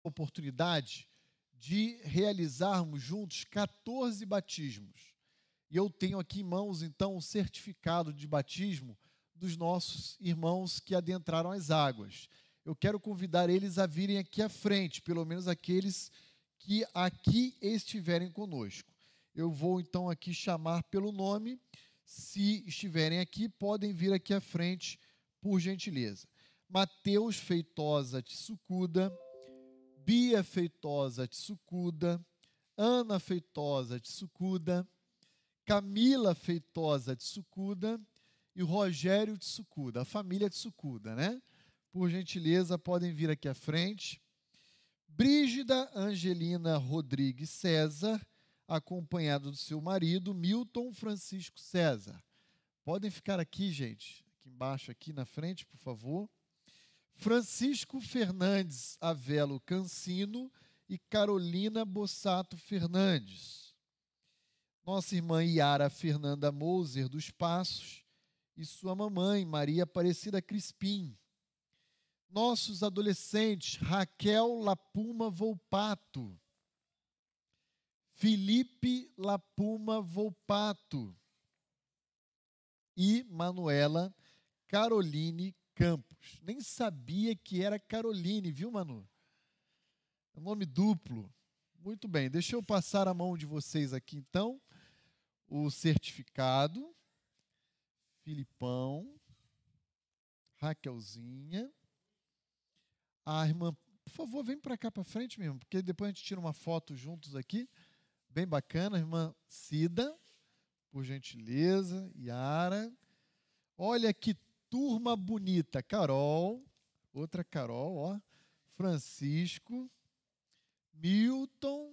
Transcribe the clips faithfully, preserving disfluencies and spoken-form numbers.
oportunidade de realizarmos juntos quatorze batismos. E eu tenho aqui em mãos, então, o certificado de batismo dos nossos irmãos que adentraram as águas. Eu quero convidar eles a virem aqui à frente, pelo menos aqueles que aqui estiverem conosco. Eu vou, então, aqui chamar pelo nome. Se estiverem aqui, podem vir aqui à frente, por gentileza. Mateus Feitosa Tsukuda, Bia Feitosa Tsukuda, Ana Feitosa Tsukuda, Camila Feitosa Tsukuda e Rogério Tsukuda, a família Tsukuda, né? Por gentileza, podem vir aqui à frente. Brígida Angelina Rodrigues César, acompanhado do seu marido, Milton Francisco César. Podem ficar aqui, gente, aqui embaixo, aqui na frente, por favor. Francisco Fernandes Avelo Cancino e Carolina Bossato Fernandes. Nossa irmã Yara Fernanda Moser dos Passos e sua mamãe, Maria Aparecida Crispim. Nossos adolescentes, Raquel Lapuma Volpato, Felipe Lapuma Volpato e Manuela Caroline Campos. Nem sabia que era Caroline, viu, Manu? É um nome duplo. Muito bem, deixa eu passar a mão de vocês aqui, então. O certificado. Filipão. Raquelzinha. A irmã, por favor, vem para cá para frente mesmo, porque depois a gente tira uma foto juntos aqui. Bem bacana, a irmã Cida, por gentileza, Yara. Olha que turma bonita. Carol, outra Carol, ó. Francisco, Milton,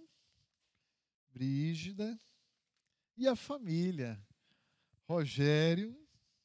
Brígida e a família. Rogério.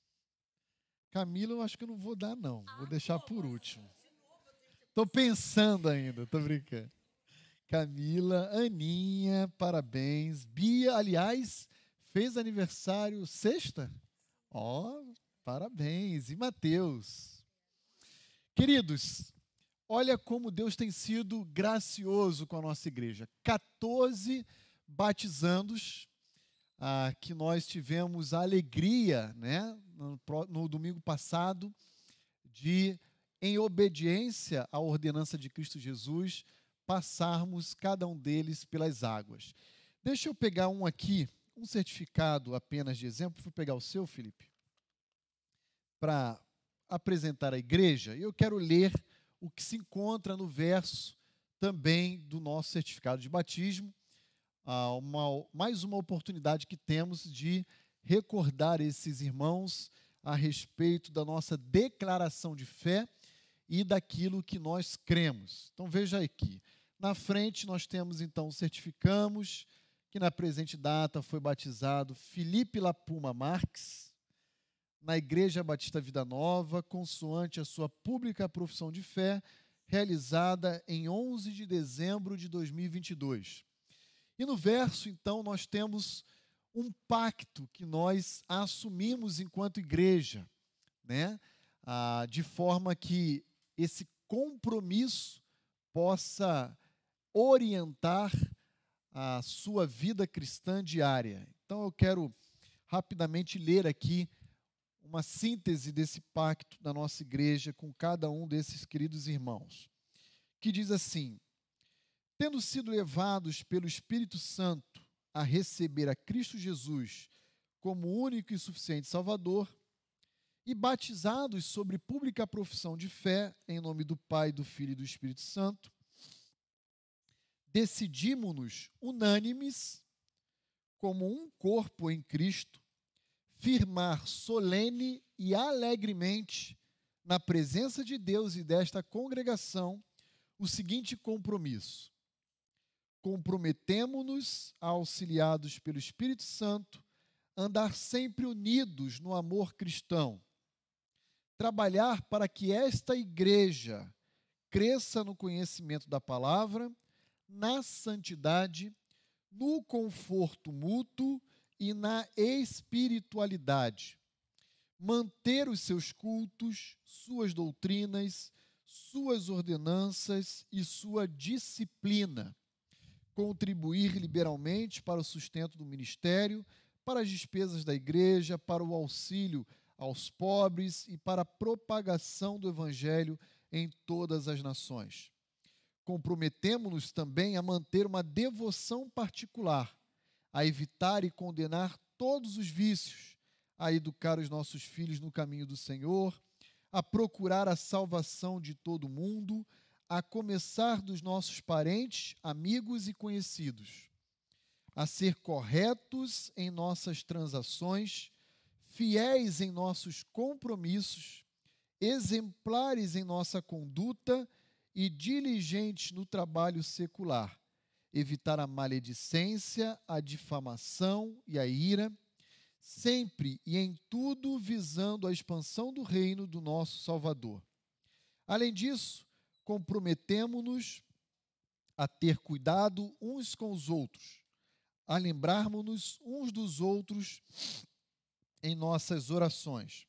Camila, eu acho que eu não vou dar, não. Vou deixar por último. Estou pensando ainda, estou brincando. Camila, Aninha, parabéns. Bia, aliás, fez aniversário sexta? Ó, parabéns. E Mateus. Queridos, olha como Deus tem sido gracioso com a nossa igreja. quatorze batizandos, ah, que nós tivemos a alegria, né, no, no domingo passado, de, em obediência à ordenança de Cristo Jesus, passarmos cada um deles pelas águas. Deixa eu pegar um aqui, um certificado apenas de exemplo. Vou pegar o seu, Felipe, para apresentar à igreja. E eu quero ler o que se encontra no verso também do nosso certificado de batismo. Ah, uma, mais uma oportunidade que temos de recordar esses irmãos a respeito da nossa declaração de fé e daquilo que nós cremos. Então veja aqui. Na frente nós temos, então, certificamos que na presente data foi batizado Felipe Lapuma Marques, na Igreja Batista Vida Nova, consoante a sua pública profissão de fé, realizada em onze de dezembro de dois mil e vinte e dois. E no verso, então, nós temos um pacto que nós assumimos enquanto igreja, né? Ah, de forma que esse compromisso possa orientar a sua vida cristã diária. Então eu quero rapidamente ler aqui uma síntese desse pacto da nossa igreja com cada um desses queridos irmãos, que diz assim: tendo sido levados pelo Espírito Santo a receber a Cristo Jesus como único e suficiente Salvador, e batizados sobre pública profissão de fé, em nome do Pai, do Filho e do Espírito Santo, decidimos-nos unânimes, como um corpo em Cristo, firmar solene e alegremente, na presença de Deus e desta congregação, o seguinte compromisso: comprometemo-nos, auxiliados pelo Espírito Santo, andar sempre unidos no amor cristão, trabalhar para que esta igreja cresça no conhecimento da palavra, na santidade, no conforto mútuo e na espiritualidade, manter os seus cultos, suas doutrinas, suas ordenanças e sua disciplina, contribuir liberalmente para o sustento do ministério, para as despesas da igreja, para o auxílio aos pobres e para a propagação do evangelho em todas as nações. Comprometemo-nos também a manter uma devoção particular, a evitar e condenar todos os vícios, a educar os nossos filhos no caminho do Senhor, a procurar a salvação de todo mundo, a começar dos nossos parentes, amigos e conhecidos, a ser corretos em nossas transações, fiéis em nossos compromissos, exemplares em nossa conduta e diligentes no trabalho secular, evitar a maledicência, a difamação e a ira, sempre e em tudo visando a expansão do reino do nosso Salvador. Além disso, comprometemo-nos a ter cuidado uns com os outros, a lembrarmos-nos uns dos outros em nossas orações,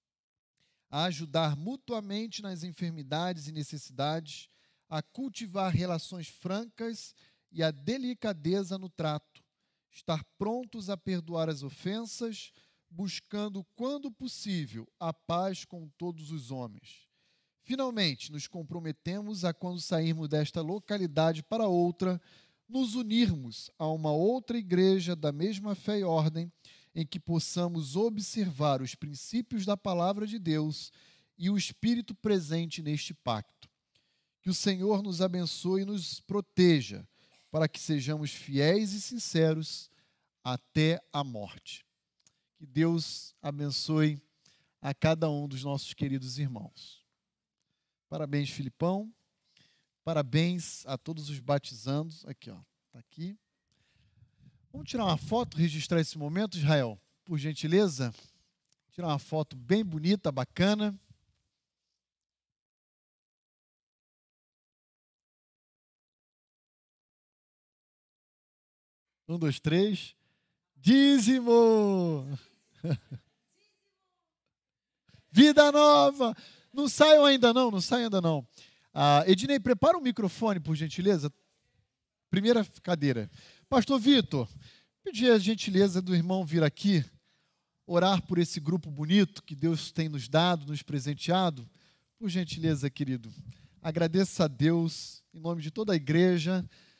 a ajudar mutuamente nas enfermidades e necessidades, a cultivar relações francas e a delicadeza no trato, estar prontos a perdoar as ofensas, buscando, quando possível, a paz com todos os homens. Finalmente, nos comprometemos a, quando sairmos desta localidade para outra, nos unirmos a uma outra igreja da mesma fé e ordem, em que possamos observar os princípios da palavra de Deus e o Espírito presente neste pacto. Que o Senhor nos abençoe e nos proteja, para que sejamos fiéis e sinceros até a morte. Que Deus abençoe a cada um dos nossos queridos irmãos. Parabéns, Filipão. Parabéns a todos os batizandos. Aqui, ó, tá aqui. Vamos tirar uma foto, registrar esse momento, Israel, por gentileza? Tirar uma foto bem bonita, bacana. Um, dois, três. Dízimo! Vida nova! Não saiam ainda não, não saiam ainda não. Ah, Ednei, prepara o microfone, por gentileza. Primeira cadeira. Pastor Vitor, pedir a gentileza do irmão vir aqui, orar por esse grupo bonito que Deus tem nos dado, nos presenteado. Por gentileza, querido. Agradeço a Deus, em nome de toda a igreja,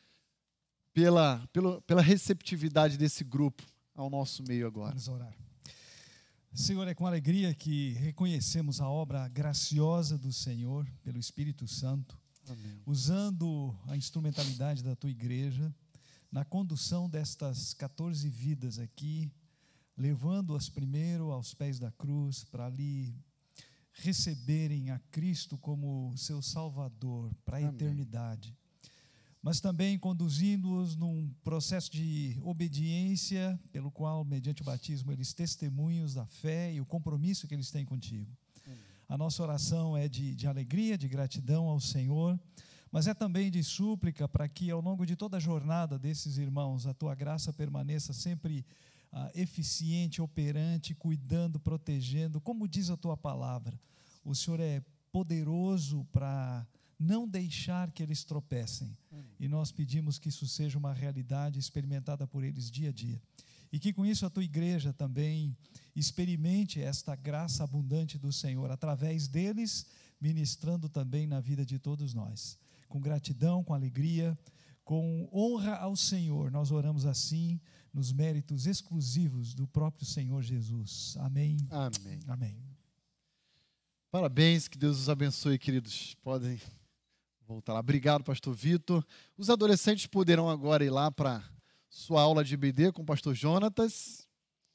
pela, pela, pela receptividade desse grupo ao nosso meio agora. Vamos orar. Senhor, é com alegria que reconhecemos a obra graciosa do Senhor, pelo Espírito Santo, Amém. Usando a instrumentalidade da tua igreja, na condução destas quatorze vidas aqui, levando-as primeiro aos pés da cruz, para ali receberem a Cristo como seu Salvador para a Amém. eternidade. Mas também conduzindo-os num processo de obediência, pelo qual, mediante o batismo, eles testemunham da fé e o compromisso que eles têm contigo. Amém. A nossa oração é de, de alegria, de gratidão ao Senhor, mas é também de súplica para que, ao longo de toda a jornada desses irmãos, a tua graça permaneça sempre ah, eficiente, operante, cuidando, protegendo, como diz a tua palavra. O Senhor é poderoso para não deixar que eles tropecem. Hum. E nós pedimos que isso seja uma realidade experimentada por eles dia a dia. E que com isso a tua igreja também experimente esta graça abundante do Senhor, através deles, ministrando também na vida de todos nós. Com gratidão, com alegria, com honra ao Senhor, nós oramos assim, nos méritos exclusivos do próprio Senhor Jesus. Amém. Amém. Amém. Parabéns, que Deus os abençoe, queridos. Podem voltar lá. Obrigado, pastor Vitor. Os adolescentes poderão agora ir lá para sua aula de I B D com o pastor Jonatas.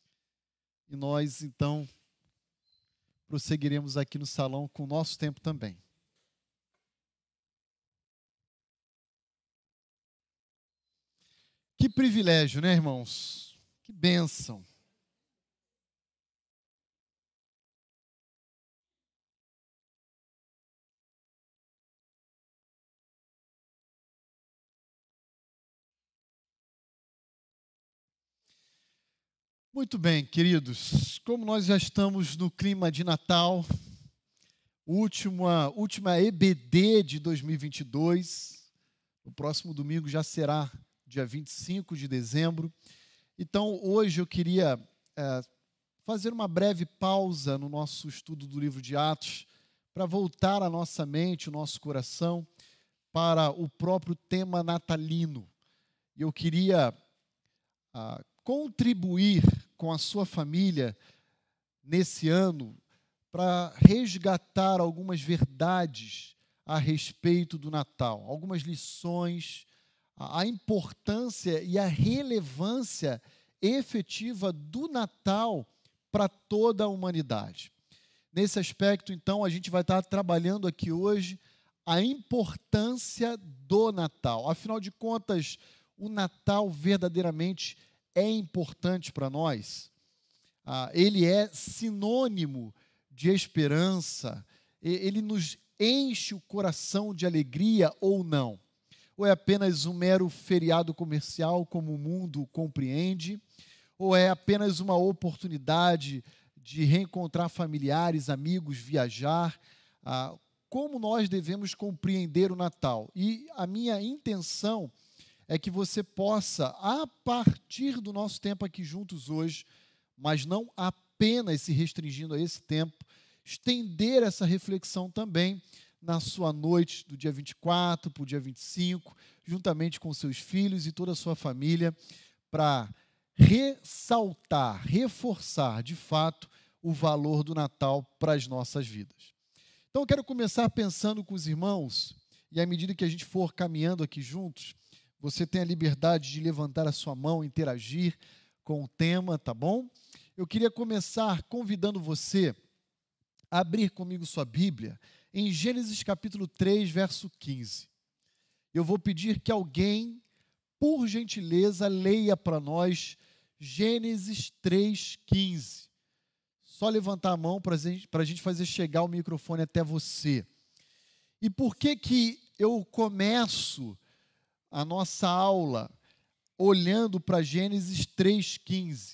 E nós, então, prosseguiremos aqui no salão com o nosso tempo também. Que privilégio, né, irmãos? Que bênção. Muito bem, queridos, como nós já estamos no clima de Natal, última, última E B D de dois mil e vinte e dois. O próximo domingo já será dia vinte e cinco de dezembro. Então, hoje eu queria é, fazer uma breve pausa no nosso estudo do livro de Atos para voltar a nossa mente, o nosso coração para o próprio tema natalino. E eu queria ah, contribuir com a sua família nesse ano para resgatar algumas verdades a respeito do Natal, algumas lições, a importância e a relevância efetiva do Natal para toda a humanidade. Nesse aspecto, então, a gente vai estar trabalhando aqui hoje a importância do Natal. Afinal de contas, o Natal verdadeiramente é importante para nós. Ah, ele é sinônimo de esperança, ele nos enche o coração de alegria ou não? Ou é apenas um mero feriado comercial, como o mundo compreende? Ou é apenas uma oportunidade de reencontrar familiares, amigos, viajar? Ah, como nós devemos compreender o Natal? E a minha intenção é que você possa, a partir do nosso tempo aqui juntos hoje, mas não apenas se restringindo a esse tempo, estender essa reflexão também na sua noite do dia vinte e quatro para o dia vinte e cinco, juntamente com seus filhos e toda a sua família, para ressaltar, reforçar, de fato, o valor do Natal para as nossas vidas. Então, eu quero começar pensando com os irmãos, e à medida que a gente for caminhando aqui juntos, você tem a liberdade de levantar a sua mão, interagir com o tema, tá bom? Eu queria começar convidando você a abrir comigo sua Bíblia em Gênesis capítulo três, verso quinze. Eu vou pedir que alguém, por gentileza, leia para nós Gênesis três, quinze. Só levantar a mão para a gente fazer chegar o microfone até você. E por que que eu começo a nossa aula olhando para Gênesis três, quinze?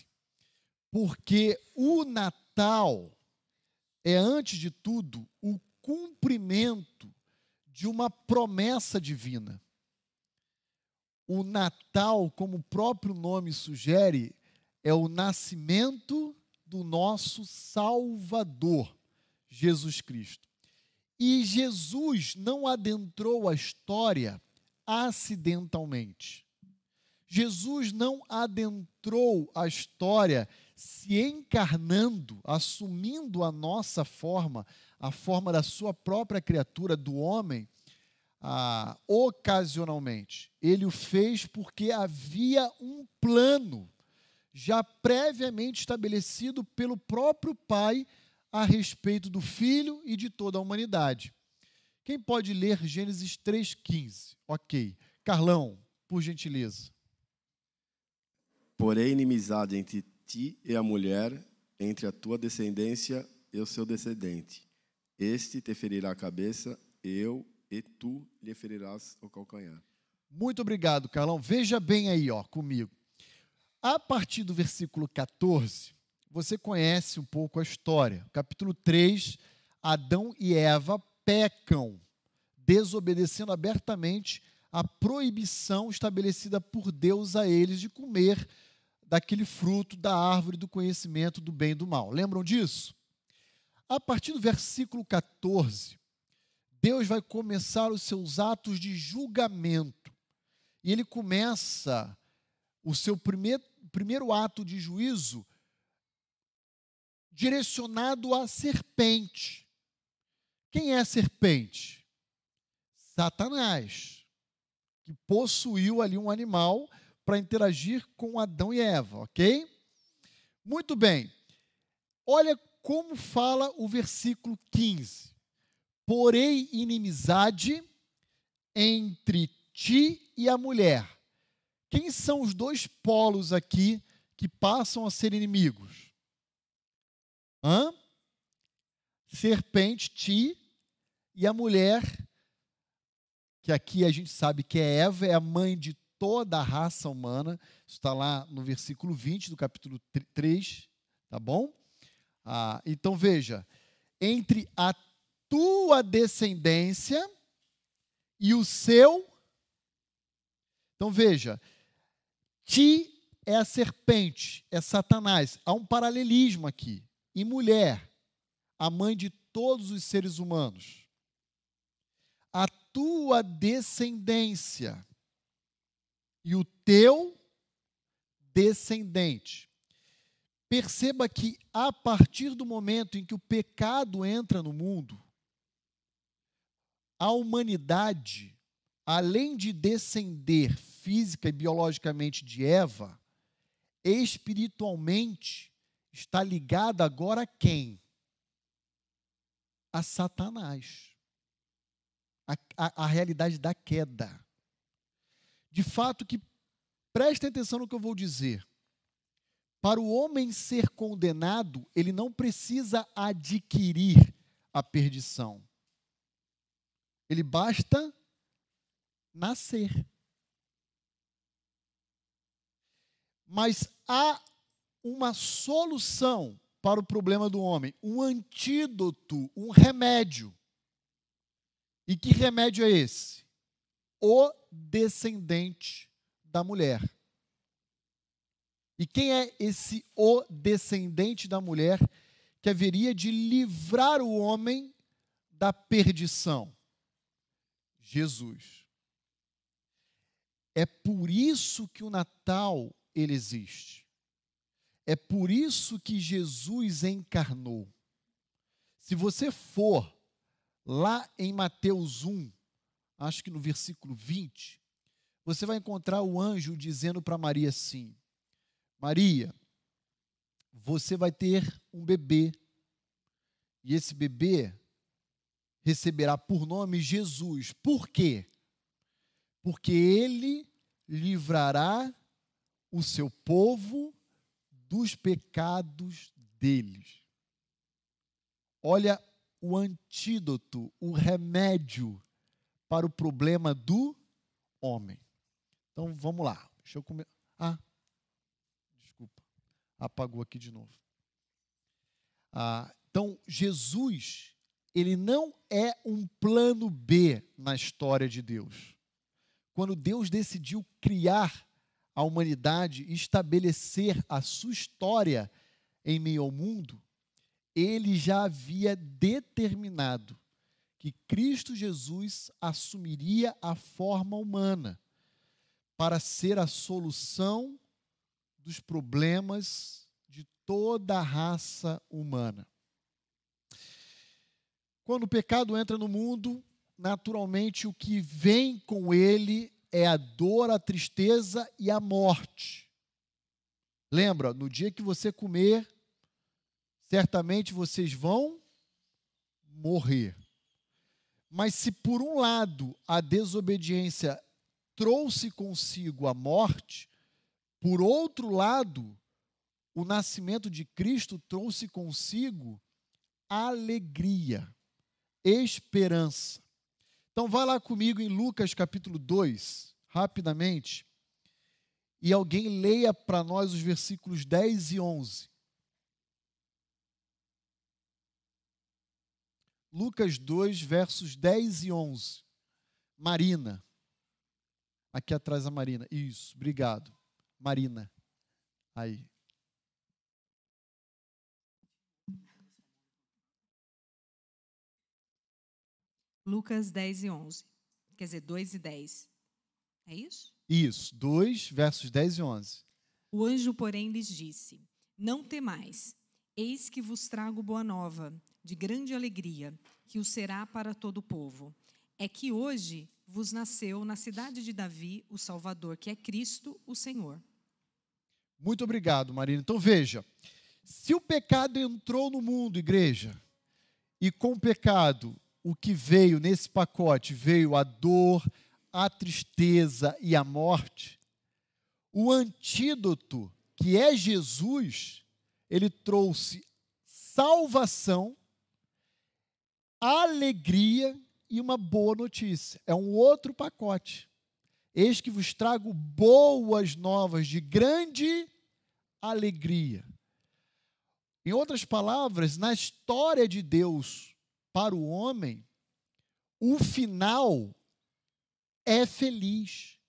Porque o Natal é, antes de tudo, o cumprimento de uma promessa divina. O Natal, como o próprio nome sugere, é o nascimento do nosso Salvador, Jesus Cristo. E Jesus não adentrou a história acidentalmente. Jesus não adentrou a história se encarnando, assumindo a nossa forma, a forma da sua própria criatura, do homem, ah, ocasionalmente. Ele o fez porque havia um plano já previamente estabelecido pelo próprio Pai a respeito do Filho e de toda a humanidade. Quem pode ler Gênesis três, quinze? Ok. Carlão, por gentileza. Porém, inimizade entre ti e a mulher, entre a tua descendência e o seu descendente. Este te ferirá a cabeça, eu e tu lhe ferirás o calcanhar. Muito obrigado, Carlão. Veja bem aí, ó, comigo. A partir do versículo catorze, você conhece um pouco a história. Capítulo três, Adão e Eva pecam, desobedecendo abertamente a proibição estabelecida por Deus a eles de comer daquele fruto da árvore do conhecimento do bem e do mal. Lembram disso? A partir do versículo catorze, Deus vai começar os seus atos de julgamento. E ele começa o seu primeiro, primeiro ato de juízo direcionado à serpente. Quem é a serpente? Satanás, que possuiu ali um animal para interagir com Adão e Eva, ok? Muito bem. Olha como fala o versículo quinze. Porém, inimizade entre ti e a mulher. Quem são os dois polos aqui que passam a ser inimigos? Hã? Serpente, ti, e a mulher, que aqui a gente sabe que é Eva, é a mãe de toda a raça humana. Isso está lá no versículo vinte do capítulo três, tá bom? Ah, então veja, entre a tua descendência e o seu. Então veja, ti é a serpente, é Satanás. Há um paralelismo aqui. E mulher, a mãe de todos os seres humanos. A tua descendência e o teu descendente. Perceba que a partir do momento em que o pecado entra no mundo, a humanidade, além de descender física e biologicamente de Eva, espiritualmente está ligada agora a quem? A Satanás. A, a, a realidade da queda. De fato que, prestem atenção no que eu vou dizer, para o homem ser condenado, ele não precisa adquirir a perdição. Ele basta nascer. Mas há uma solução para o problema do homem, um antídoto, um remédio. E que remédio é esse? O descendente da mulher. E quem é esse o descendente da mulher que haveria de livrar o homem da perdição? Jesus. É por isso que o Natal ele existe. É por isso que Jesus encarnou. Se você for lá em Mateus um, acho que no versículo vinte, você vai encontrar o anjo dizendo para Maria assim: Maria, você vai ter um bebê, e esse bebê receberá por nome Jesus. Por quê? Porque ele livrará o seu povo dos pecados deles. Olha o antídoto, o remédio para o problema do homem. Então, vamos lá. Deixa eu comer. Ah, desculpa. Apagou aqui de novo. Ah, então, Jesus, ele não é um plano B na história de Deus. Quando Deus decidiu criar a humanidade e estabelecer a sua história em meio ao mundo, ele já havia determinado que Cristo Jesus assumiria a forma humana para ser a solução dos problemas de toda a raça humana. Quando o pecado entra no mundo, naturalmente o que vem com ele é a dor, a tristeza e a morte. Lembra, no dia que você comer, certamente vocês vão morrer. Mas se por um lado a desobediência trouxe consigo a morte, por outro lado, o nascimento de Cristo trouxe consigo alegria, esperança. Então, vá lá comigo em Lucas capítulo dois, rapidamente, e alguém leia para nós os versículos dez e onze. Lucas dois, versos dez e onze. Marina. Aqui atrás a Marina. Isso, obrigado. Marina. Aí. Lucas dez e onze. Quer dizer, dois e dez. É isso? Isso, dois, versos dez e onze. O anjo, porém, lhes disse: Não temais, eis que vos trago boa nova, de grande alegria, que o será para todo o povo. É que hoje vos nasceu na cidade de Davi o Salvador, que é Cristo, o Senhor. Muito obrigado, Marina. Então veja, se o pecado entrou no mundo, igreja, e com o pecado, o que veio nesse pacote, veio a dor, a tristeza e a morte, o antídoto, que é Jesus, ele trouxe salvação, alegria e uma boa notícia. É um outro pacote. Eis que vos trago boas novas de grande alegria. Em outras palavras, na história de Deus para o homem, o final é feliz.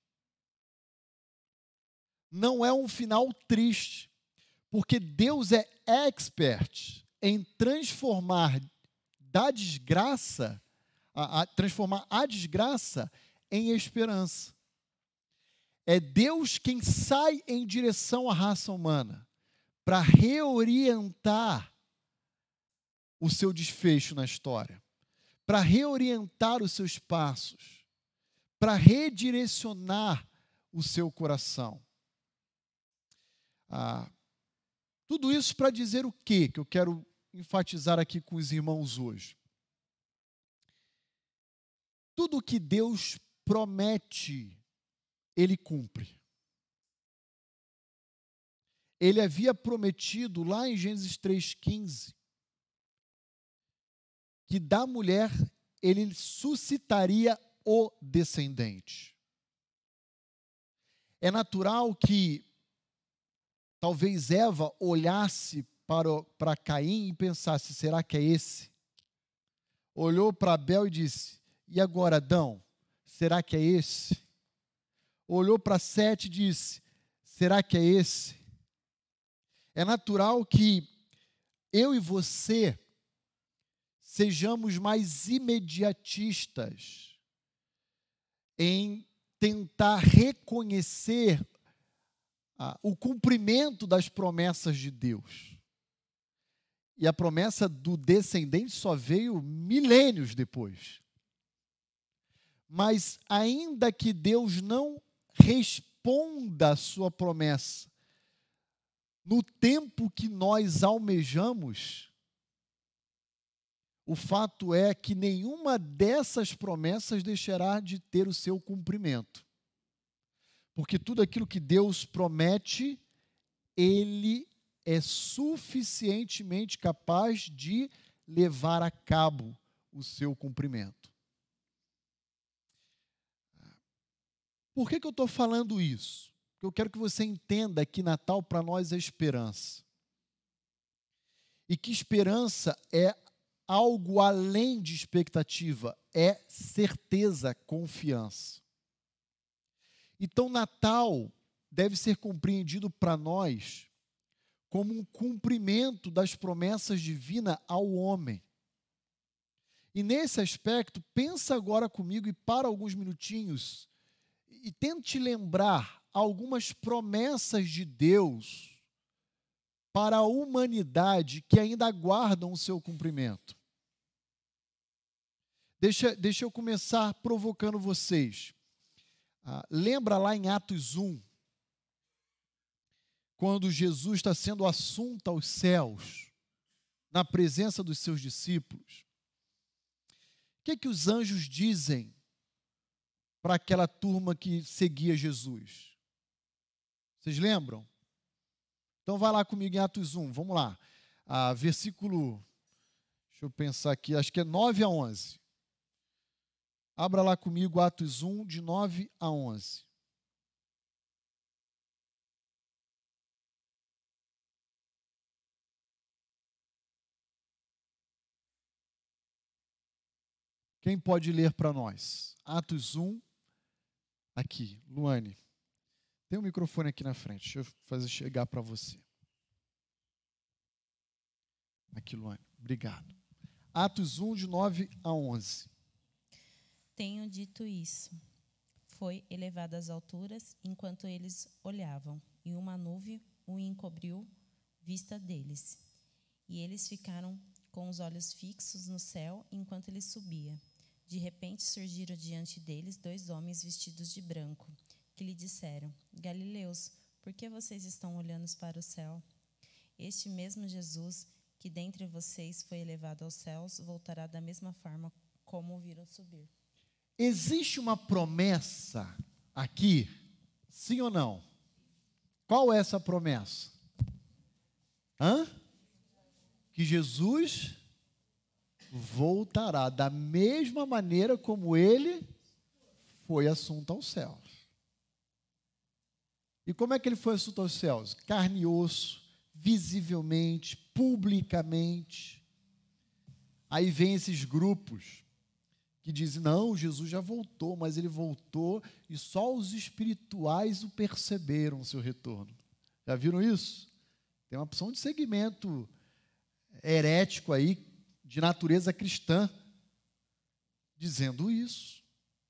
Não é um final triste, porque Deus é expert em transformar da desgraça, a, a, transformar a desgraça em esperança. É Deus quem sai em direção à raça humana para reorientar o seu desfecho na história, para reorientar os seus passos, para redirecionar o seu coração. Ah, tudo isso para dizer o quê? Que eu quero enfatizar aqui com os irmãos hoje. Tudo que Deus promete, Ele cumpre. Ele havia prometido lá em Gênesis três, quinze, que da mulher Ele suscitaria o descendente. É natural que talvez Eva olhasse para, para Caim e pensasse, será que é esse? Olhou para Abel e disse, e agora Adão, será que é esse? Olhou para Sete e disse, será que é esse? É natural que eu e você sejamos mais imediatistas em tentar reconhecer ah, o cumprimento das promessas de Deus. E a promessa do descendente só veio milênios depois. Mas ainda que Deus não responda a sua promessa no tempo que nós almejamos, o fato é que nenhuma dessas promessas deixará de ter o seu cumprimento. Porque tudo aquilo que Deus promete, Ele é suficientemente capaz de levar a cabo o seu cumprimento. Por que que eu estou falando isso? Porque eu quero que você entenda que Natal para nós é esperança. E que esperança é algo além de expectativa, é certeza, confiança. Então, Natal deve ser compreendido para nós como um cumprimento das promessas divinas ao homem. E nesse aspecto, pensa agora comigo e para alguns minutinhos e tente lembrar algumas promessas de Deus para a humanidade que ainda aguardam o seu cumprimento. Deixa, deixa eu começar provocando vocês. Ah, lembra lá em Atos um, quando Jesus está sendo assunto aos céus, na presença dos seus discípulos? O que é que os anjos dizem para aquela turma que seguia Jesus? Vocês lembram? Então vai lá comigo em Atos um, vamos lá. Ah, versículo, deixa eu pensar aqui, acho que é nove a onze. Abra lá comigo Atos um, de nove a onze. Quem pode ler para nós? Atos um, aqui, Luane. Tem um microfone aqui na frente, deixa eu fazer chegar para você. Aqui, Luane, obrigado. Atos um, de nove a onze. Tenho dito isso. Foi elevado às alturas enquanto eles olhavam, e uma nuvem o encobriu vista deles. E eles ficaram com os olhos fixos no céu enquanto ele subia. De repente surgiram diante deles dois homens vestidos de branco, que lhe disseram, Galileus, por que vocês estão olhando para o céu? Este mesmo Jesus, que dentre vocês foi elevado aos céus, voltará da mesma forma como o viram subir. Existe uma promessa aqui, sim ou não? Qual é essa promessa? Hã? Que Jesus voltará da mesma maneira como ele foi assunto aos céus. E como é que ele foi assunto aos céus? Carne e osso, visivelmente, publicamente. Aí vem esses grupos que dizem, não, Jesus já voltou, mas ele voltou e só os espirituais o perceberam, o seu retorno. Já viram isso? Tem uma opção de segmento herético aí, de natureza cristã, dizendo isso.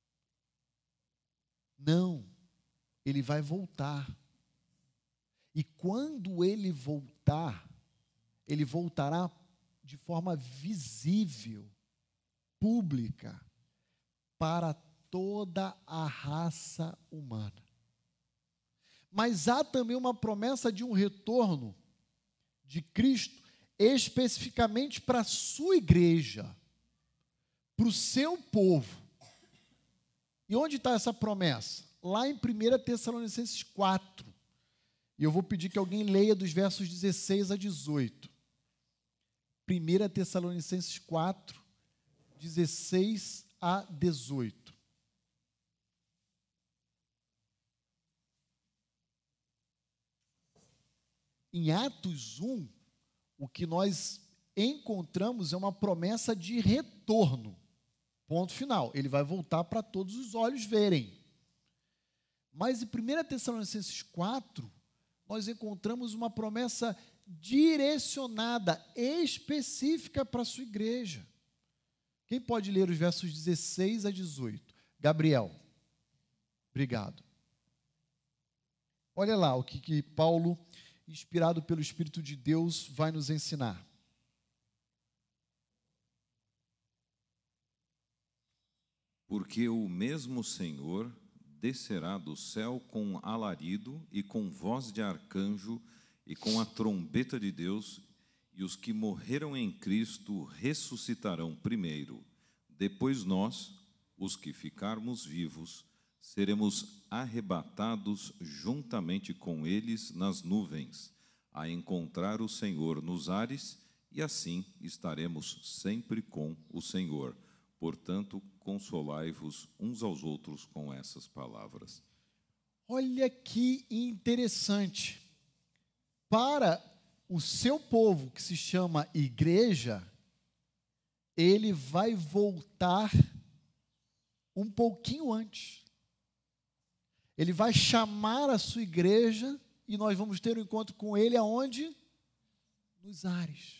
Não, ele vai voltar. E quando ele voltar, ele voltará de forma visível, pública, para toda a raça humana. Mas há também uma promessa de um retorno de Cristo, especificamente para a sua igreja, para o seu povo. E onde está essa promessa? Lá em primeira Tessalonicenses quatro. E eu vou pedir que alguém leia dos versos dezesseis a dezoito. primeira Tessalonicenses quatro, dezesseis a dezoito. Em Atos um, o que nós encontramos é uma promessa de retorno. Ponto final. Ele vai voltar para todos os olhos verem. Mas em primeira Tessalonicenses quatro, nós encontramos uma promessa direcionada, específica para a sua igreja. Quem pode ler os versos dezesseis a dezoito? Gabriel. Obrigado. Olha lá o que, que Paulo, inspirado pelo Espírito de Deus, vai nos ensinar. Porque o mesmo Senhor descerá do céu com alarido e com voz de arcanjo e com a trombeta de Deus, e os que morreram em Cristo ressuscitarão primeiro. Depois nós, os que ficarmos vivos, seremos arrebatados juntamente com eles nas nuvens, a encontrar o Senhor nos ares, e assim estaremos sempre com o Senhor. Portanto, consolai-vos uns aos outros com essas palavras. Olha que interessante. Para o seu povo, que se chama igreja, ele vai voltar um pouquinho antes. Ele vai chamar a sua igreja e nós vamos ter um encontro com ele aonde? Nos ares.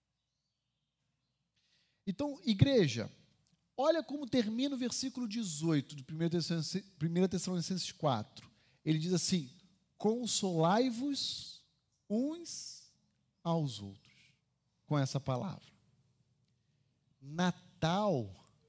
Então, igreja, olha como termina o versículo dezoito de primeira Tessalonicenses quatro. Ele diz assim: consolai-vos uns aos outros, com essa palavra. Natal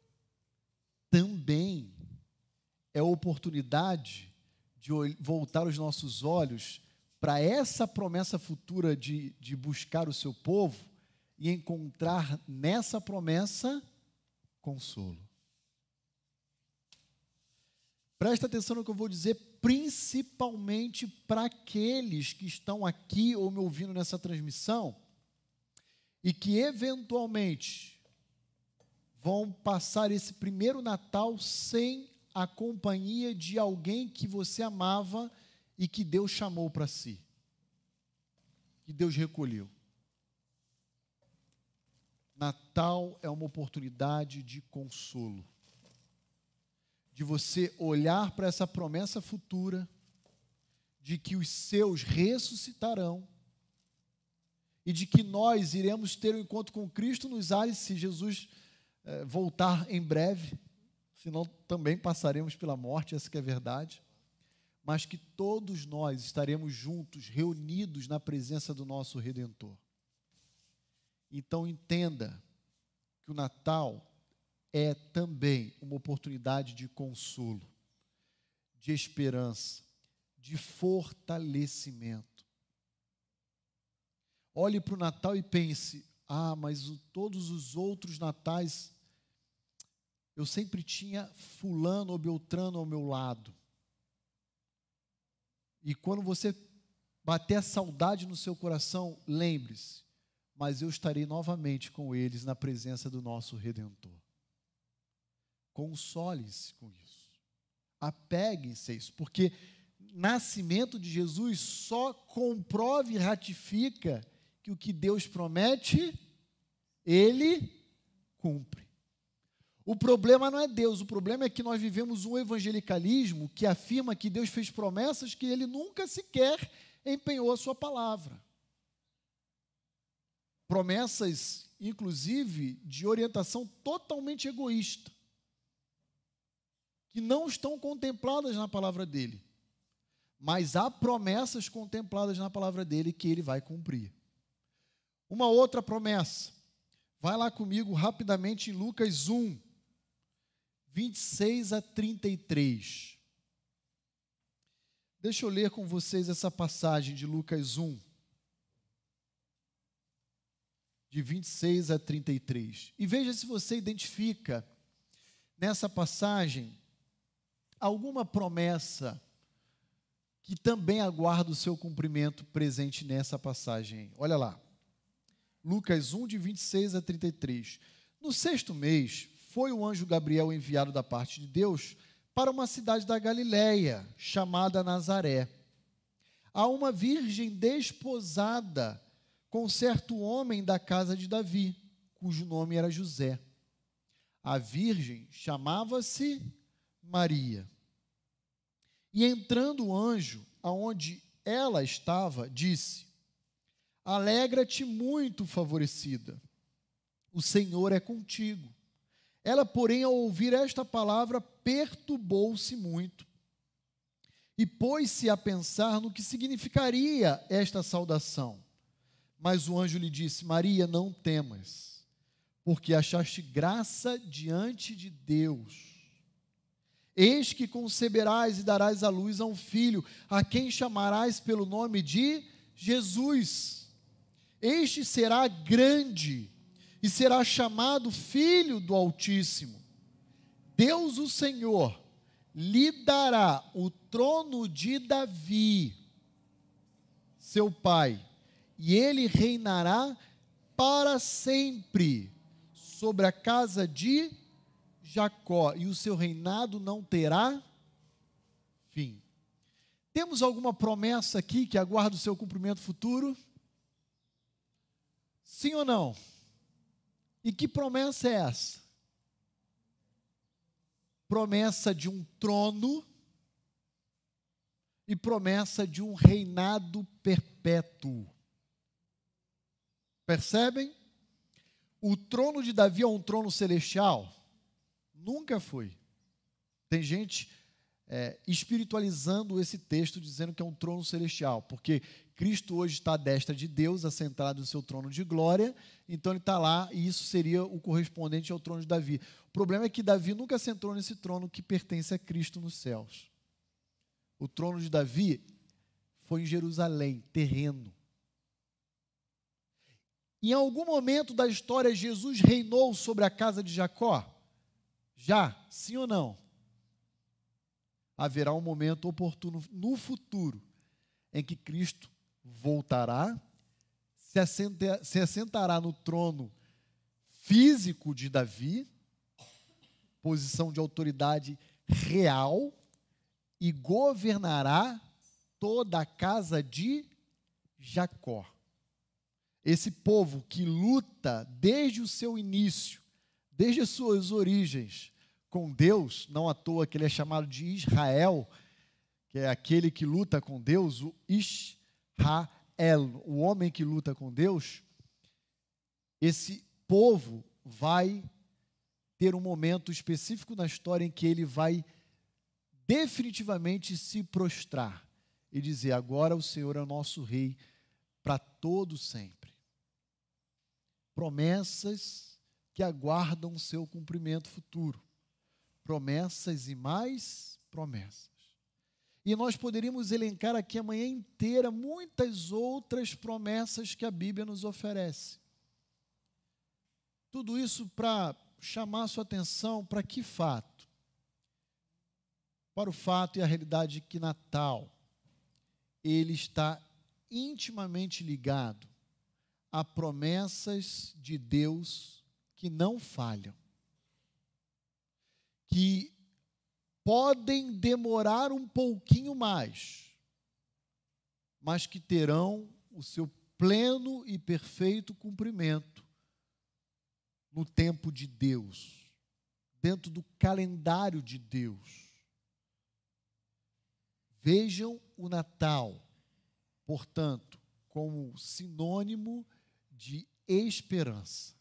também é oportunidade de voltar os nossos olhos para essa promessa futura de, de buscar o seu povo e encontrar nessa promessa consolo. Presta atenção no que eu vou dizer, principalmente para aqueles que estão aqui ou me ouvindo nessa transmissão e que eventualmente vão passar esse primeiro Natal sem a companhia de alguém que você amava e que Deus chamou para si, que Deus recolheu. Natal é uma oportunidade de consolo, de você olhar para essa promessa futura, de que os seus ressuscitarão, e de que nós iremos ter um encontro com Cristo nos ares, se Jesus eh, voltar em breve, senão também passaremos pela morte, essa que é a verdade, mas que todos nós estaremos juntos, reunidos na presença do nosso Redentor. Então entenda que o Natal é também uma oportunidade de consolo, de esperança, de fortalecimento. Olhe para o Natal e pense: ah, mas o, todos os outros natais, eu sempre tinha fulano ou beltrano ao meu lado. E quando você bater a saudade no seu coração, lembre-se, mas eu estarei novamente com eles na presença do nosso Redentor. Console-se com isso. Apeguem-se a isso, porque nascimento de Jesus só comprova e ratifica que o que Deus promete, Ele cumpre. O problema não é Deus, o problema é que nós vivemos um evangelicalismo que afirma que Deus fez promessas que ele nunca sequer empenhou a sua palavra. Promessas, inclusive, de orientação totalmente egoísta, que não estão contempladas na palavra dele. Mas há promessas contempladas na palavra dele que ele vai cumprir. Uma outra promessa. Vai lá comigo rapidamente em Lucas um, vinte e seis a trinta e três. Deixa eu ler com vocês essa passagem de Lucas um, de vinte e seis a trinta e três. E veja se você identifica nessa passagem alguma promessa que também aguarda o seu cumprimento presente nessa passagem. Olha lá. Lucas um, de vinte e seis a trinta e três. No sexto mês, foi o anjo Gabriel enviado da parte de Deus para uma cidade da Galiléia, chamada Nazaré, a uma virgem desposada com certo homem da casa de Davi, cujo nome era José. A virgem chamava-se Maria. E entrando o anjo, aonde ela estava, disse: Alegra-te muito, favorecida, o Senhor é contigo. Ela, porém, ao ouvir esta palavra, perturbou-se muito e pôs-se a pensar no que significaria esta saudação. Mas o anjo lhe disse: Maria, não temas, porque achaste graça diante de Deus. Eis que conceberás e darás à luz a um filho, a quem chamarás pelo nome de Jesus. Este será grande e será chamado Filho do Altíssimo. Deus, o Senhor, lhe dará o trono de Davi, seu pai, e ele reinará para sempre sobre a casa de Jacó, e o seu reinado não terá fim. Temos alguma promessa aqui que aguarda o seu cumprimento futuro? Sim ou não? E que promessa é essa? Promessa de um trono e promessa de um reinado perpétuo. Percebem? O trono de Davi é um trono celestial? Nunca foi. Tem gente é, espiritualizando esse texto, dizendo que é um trono celestial, porque Cristo hoje está à destra de Deus, assentado no seu trono de glória, então ele está lá, e isso seria o correspondente ao trono de Davi. O problema é que Davi nunca sentou nesse trono que pertence a Cristo nos céus. O trono de Davi foi em Jerusalém, terreno. Em algum momento da história, Jesus reinou sobre a casa de Jacó? Já? Sim ou não? Haverá um momento oportuno no futuro em que Cristo voltará, se, assenta, se assentará no trono físico de Davi, posição de autoridade real, e governará toda a casa de Jacó. Esse povo que luta desde o seu início, desde as suas origens com Deus, não à toa que ele é chamado de Israel, que é aquele que luta com Deus, o Israel, o homem que luta com Deus. Esse povo vai ter um momento específico na história em que ele vai definitivamente se prostrar e dizer: agora o Senhor é o nosso rei para todo sempre. Promessas que aguardam o seu cumprimento futuro. Promessas e mais promessas. E nós poderíamos elencar aqui a manhã inteira muitas outras promessas que a Bíblia nos oferece. Tudo isso para chamar a sua atenção para que fato? Para o fato e a realidade que Natal, ele está intimamente ligado a promessas de Deus que não falham, que podem demorar um pouquinho mais, mas que terão o seu pleno e perfeito cumprimento no tempo de Deus, dentro do calendário de Deus. Vejam o Natal, portanto, como sinônimo de esperança,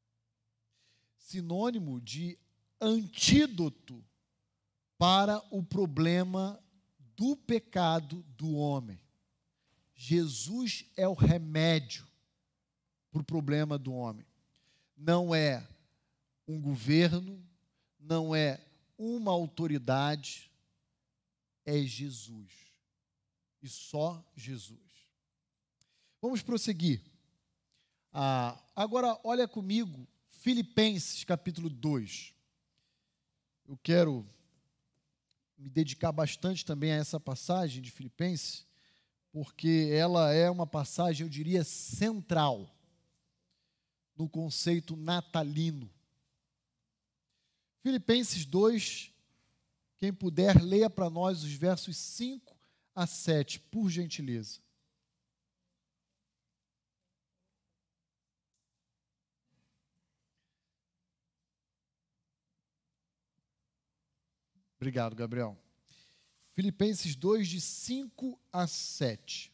sinônimo de antídoto para o problema do pecado do homem. Jesus é o remédio para o problema do homem. Não é um governo, não é uma autoridade, é Jesus. E só Jesus. Vamos prosseguir. Ah, agora, olha comigo, Filipenses capítulo dois. Eu quero me dedicar bastante também a essa passagem de Filipenses, porque ela é uma passagem, eu diria, central no conceito natalino. Filipenses dois, quem puder, leia para nós os versos cinco a sete, por gentileza. Obrigado, Gabriel. Filipenses dois, de cinco a sete.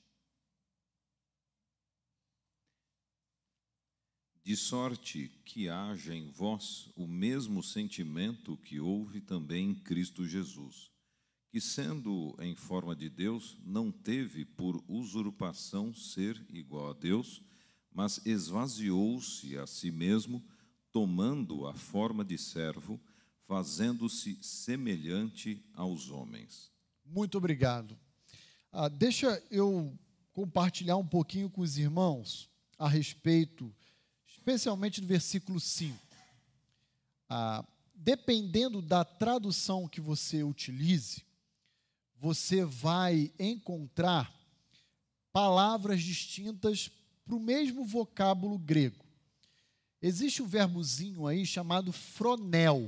De sorte que haja em vós o mesmo sentimento que houve também em Cristo Jesus, que, sendo em forma de Deus, não teve por usurpação ser igual a Deus, mas esvaziou-se a si mesmo, tomando a forma de servo, fazendo-se semelhante aos homens. Muito obrigado. Ah, deixa eu compartilhar um pouquinho com os irmãos a respeito, especialmente do versículo cinco. Ah, dependendo da tradução que você utilize, você vai encontrar palavras distintas para o mesmo vocábulo grego. Existe um verbozinho aí chamado fronel.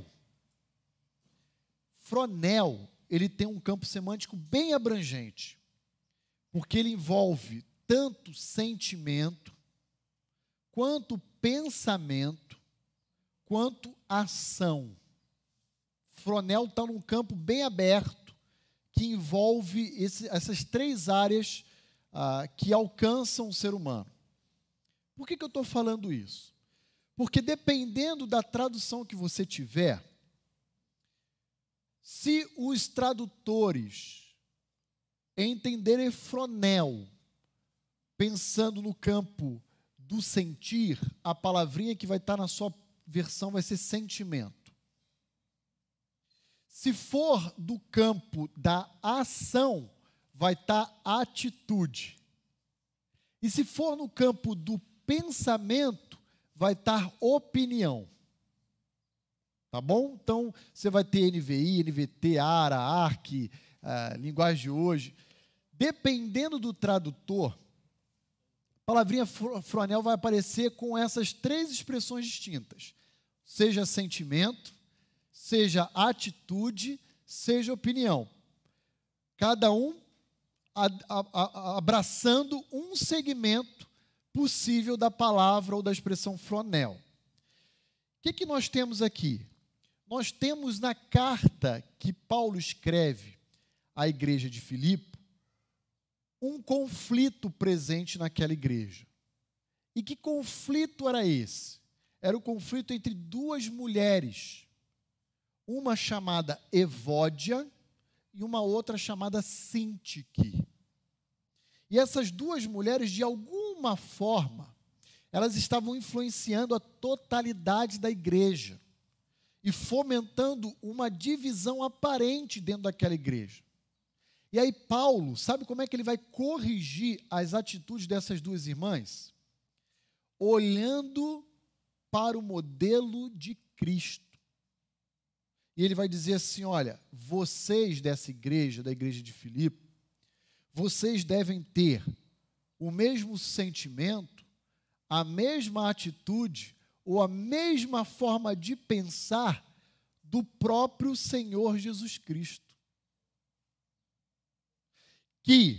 Fronel, ele tem um campo semântico bem abrangente, porque ele envolve tanto sentimento, quanto pensamento, quanto ação. Fronel está num campo bem aberto, que envolve esse, essas três áreas ah, que alcançam o ser humano. Por que que eu estou falando isso? Porque dependendo da tradução que você tiver, se os tradutores entenderem fronel, pensando no campo do sentir, a palavrinha que vai estar na sua versão vai ser sentimento. Se for do campo da ação, vai estar atitude. E se for no campo do pensamento, vai estar opinião. Tá bom? Então, você vai ter N V I, N V T, ARA, ARC, a linguagem de hoje. Dependendo do tradutor, a palavrinha fronel vai aparecer com essas três expressões distintas. Seja sentimento, seja atitude, seja opinião. Cada um a, a, a, abraçando um segmento possível da palavra ou da expressão fronel. O que, que nós temos aqui? Nós temos na carta que Paulo escreve à igreja de Filipe um conflito presente naquela igreja. E que conflito era esse? Era o conflito entre duas mulheres, uma chamada Evódia e uma outra chamada Sintique. E essas duas mulheres, de alguma forma, elas estavam influenciando a totalidade da igreja e fomentando uma divisão aparente dentro daquela igreja. E aí Paulo, sabe como é que ele vai corrigir as atitudes dessas duas irmãs? Olhando para o modelo de Cristo. E ele vai dizer assim, olha, vocês dessa igreja, da igreja de Filipe, vocês devem ter o mesmo sentimento, a mesma atitude ou a mesma forma de pensar do próprio Senhor Jesus Cristo. Que,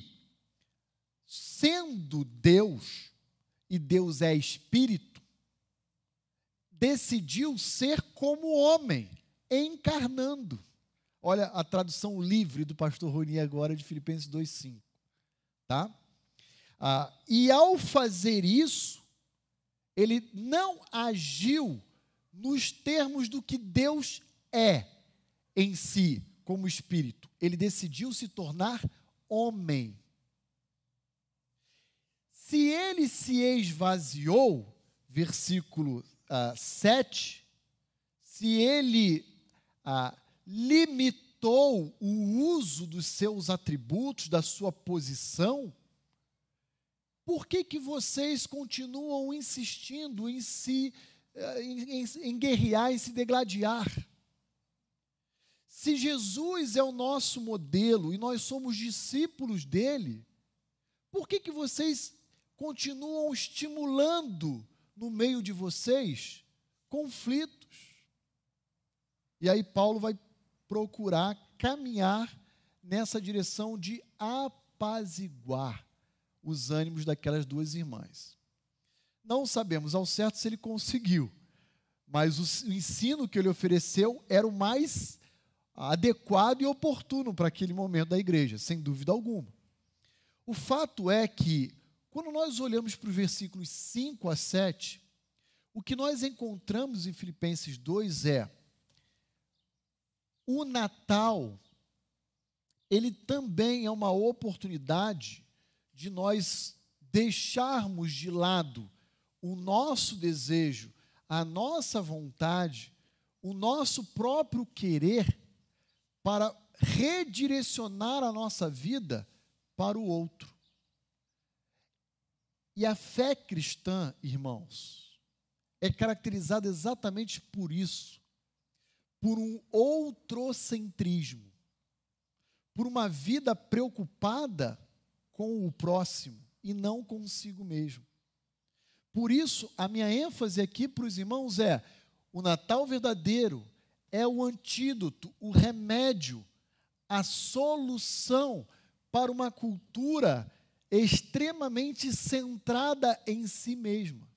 sendo Deus, e Deus é Espírito, decidiu ser como homem, encarnando. Olha a tradução livre do pastor Roni agora de Filipenses dois, cinco. Tá? Ah, e ao fazer isso, ele não agiu nos termos do que Deus é em si, como espírito. Ele decidiu se tornar homem. Se ele se esvaziou, versículo ah, sete, se ele ah, limitou o uso dos seus atributos, da sua posição, por que que vocês continuam insistindo em se em, em, em guerrear, em se degladiar? Se Jesus é o nosso modelo e nós somos discípulos dele, por que que vocês continuam estimulando no meio de vocês conflitos? E aí Paulo vai procurar caminhar nessa direção de apaziguar os ânimos daquelas duas irmãs. Não sabemos ao certo se ele conseguiu, mas o ensino que ele ofereceu era o mais adequado e oportuno para aquele momento da igreja, sem dúvida alguma. O fato é que, quando nós olhamos para os versículos cinco a sete, o que nós encontramos em Filipenses dois é o Natal, ele também é uma oportunidade de nós deixarmos de lado o nosso desejo, a nossa vontade, o nosso próprio querer, para redirecionar a nossa vida para o outro. E a fé cristã, irmãos, é caracterizada exatamente por isso, por um outrocentrismo, por uma vida preocupada com o próximo e não consigo mesmo. Por isso, a minha ênfase aqui para os irmãos é: o Natal verdadeiro é o antídoto, o remédio, a solução para uma cultura extremamente centrada em si mesma.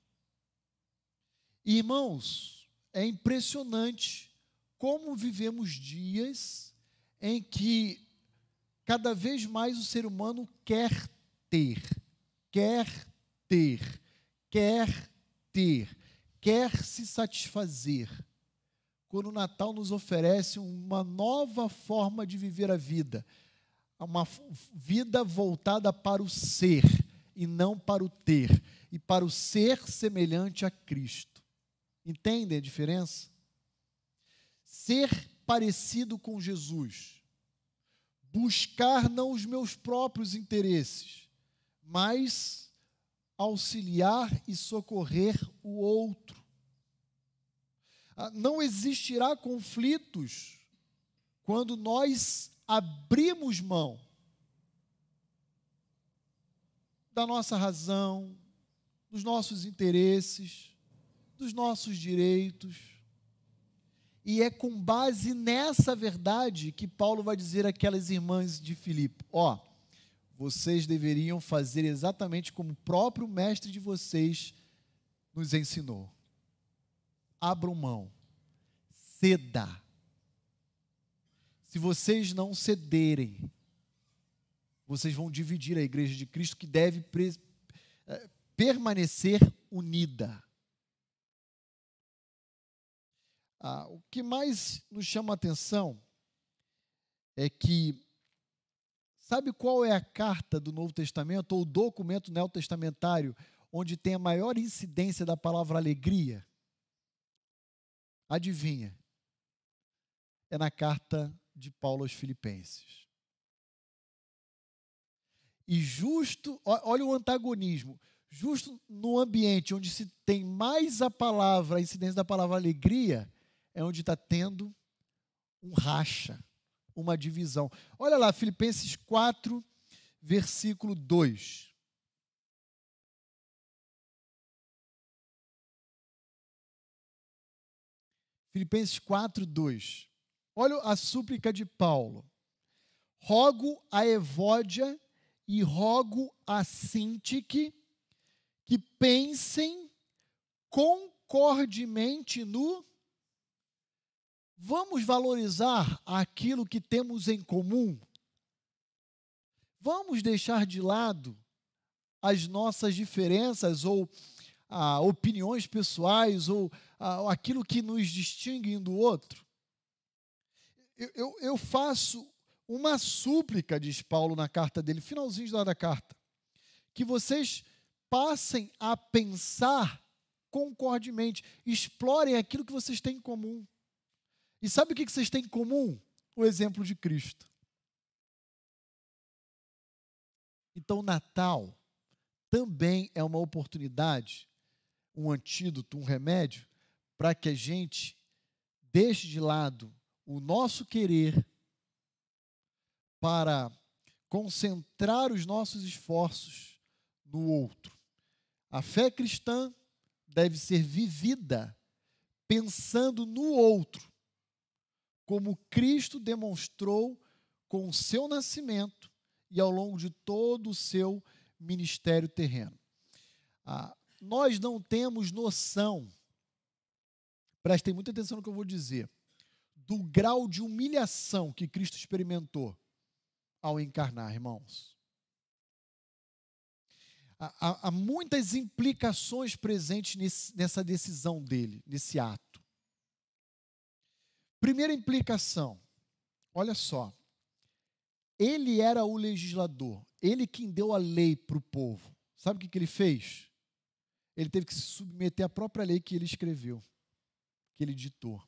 Irmãos, é impressionante como vivemos dias em que cada vez mais o ser humano quer ter, quer ter, quer ter, quer se satisfazer. Quando o Natal nos oferece uma nova forma de viver a vida, uma vida voltada para o ser e não para o ter, e para o ser semelhante a Cristo. Entendem a diferença? Ser parecido com Jesus, buscar não os meus próprios interesses, mas auxiliar e socorrer o outro. Não existirá conflitos quando nós abrimos mão da nossa razão, dos nossos interesses, dos nossos direitos. E é com base nessa verdade que Paulo vai dizer àquelas irmãs de Filipe: ó, vocês deveriam fazer exatamente como o próprio mestre de vocês nos ensinou. Abram mão, ceda. Se vocês não cederem, vocês vão dividir a igreja de Cristo, que deve pre- permanecer unida. Ah, o que mais nos chama a atenção é que, sabe qual é a carta do Novo Testamento, ou o documento neotestamentário, onde tem a maior incidência da palavra alegria? Adivinha? É na carta de Paulo aos Filipenses. E justo, olha o antagonismo, justo no ambiente onde se tem mais a palavra, a incidência da palavra alegria, é onde está tendo um racha, uma divisão. Olha lá, Filipenses quatro, versículo dois. Filipenses quatro, dois. Olha a súplica de Paulo. Rogo a Evódia e rogo a Sintique que pensem com concordemente no... Vamos valorizar aquilo que temos em comum? Vamos deixar de lado as nossas diferenças ou ah, opiniões pessoais ou ah, aquilo que nos distingue um do outro? Eu, eu, eu faço uma súplica, diz Paulo na carta dele, finalzinho lá da carta, que vocês passem a pensar concordemente, explorem aquilo que vocês têm em comum. E sabe o que vocês têm em comum? O exemplo de Cristo. Então, o Natal também é uma oportunidade, um antídoto, um remédio, para que a gente deixe de lado o nosso querer para concentrar os nossos esforços no outro. A fé cristã deve ser vivida pensando no outro, como Cristo demonstrou com o seu nascimento e ao longo de todo o seu ministério terreno. Ah, nós não temos noção, prestem muita atenção no que eu vou dizer, do grau de humilhação que Cristo experimentou ao encarnar, irmãos. Há, há muitas implicações presentes nesse, nessa decisão dele, nesse ato. Primeira implicação, olha só, ele era o legislador, ele quem deu a lei para o povo. Sabe o que, que ele fez? Ele teve que se submeter à própria lei que ele escreveu, que ele ditou.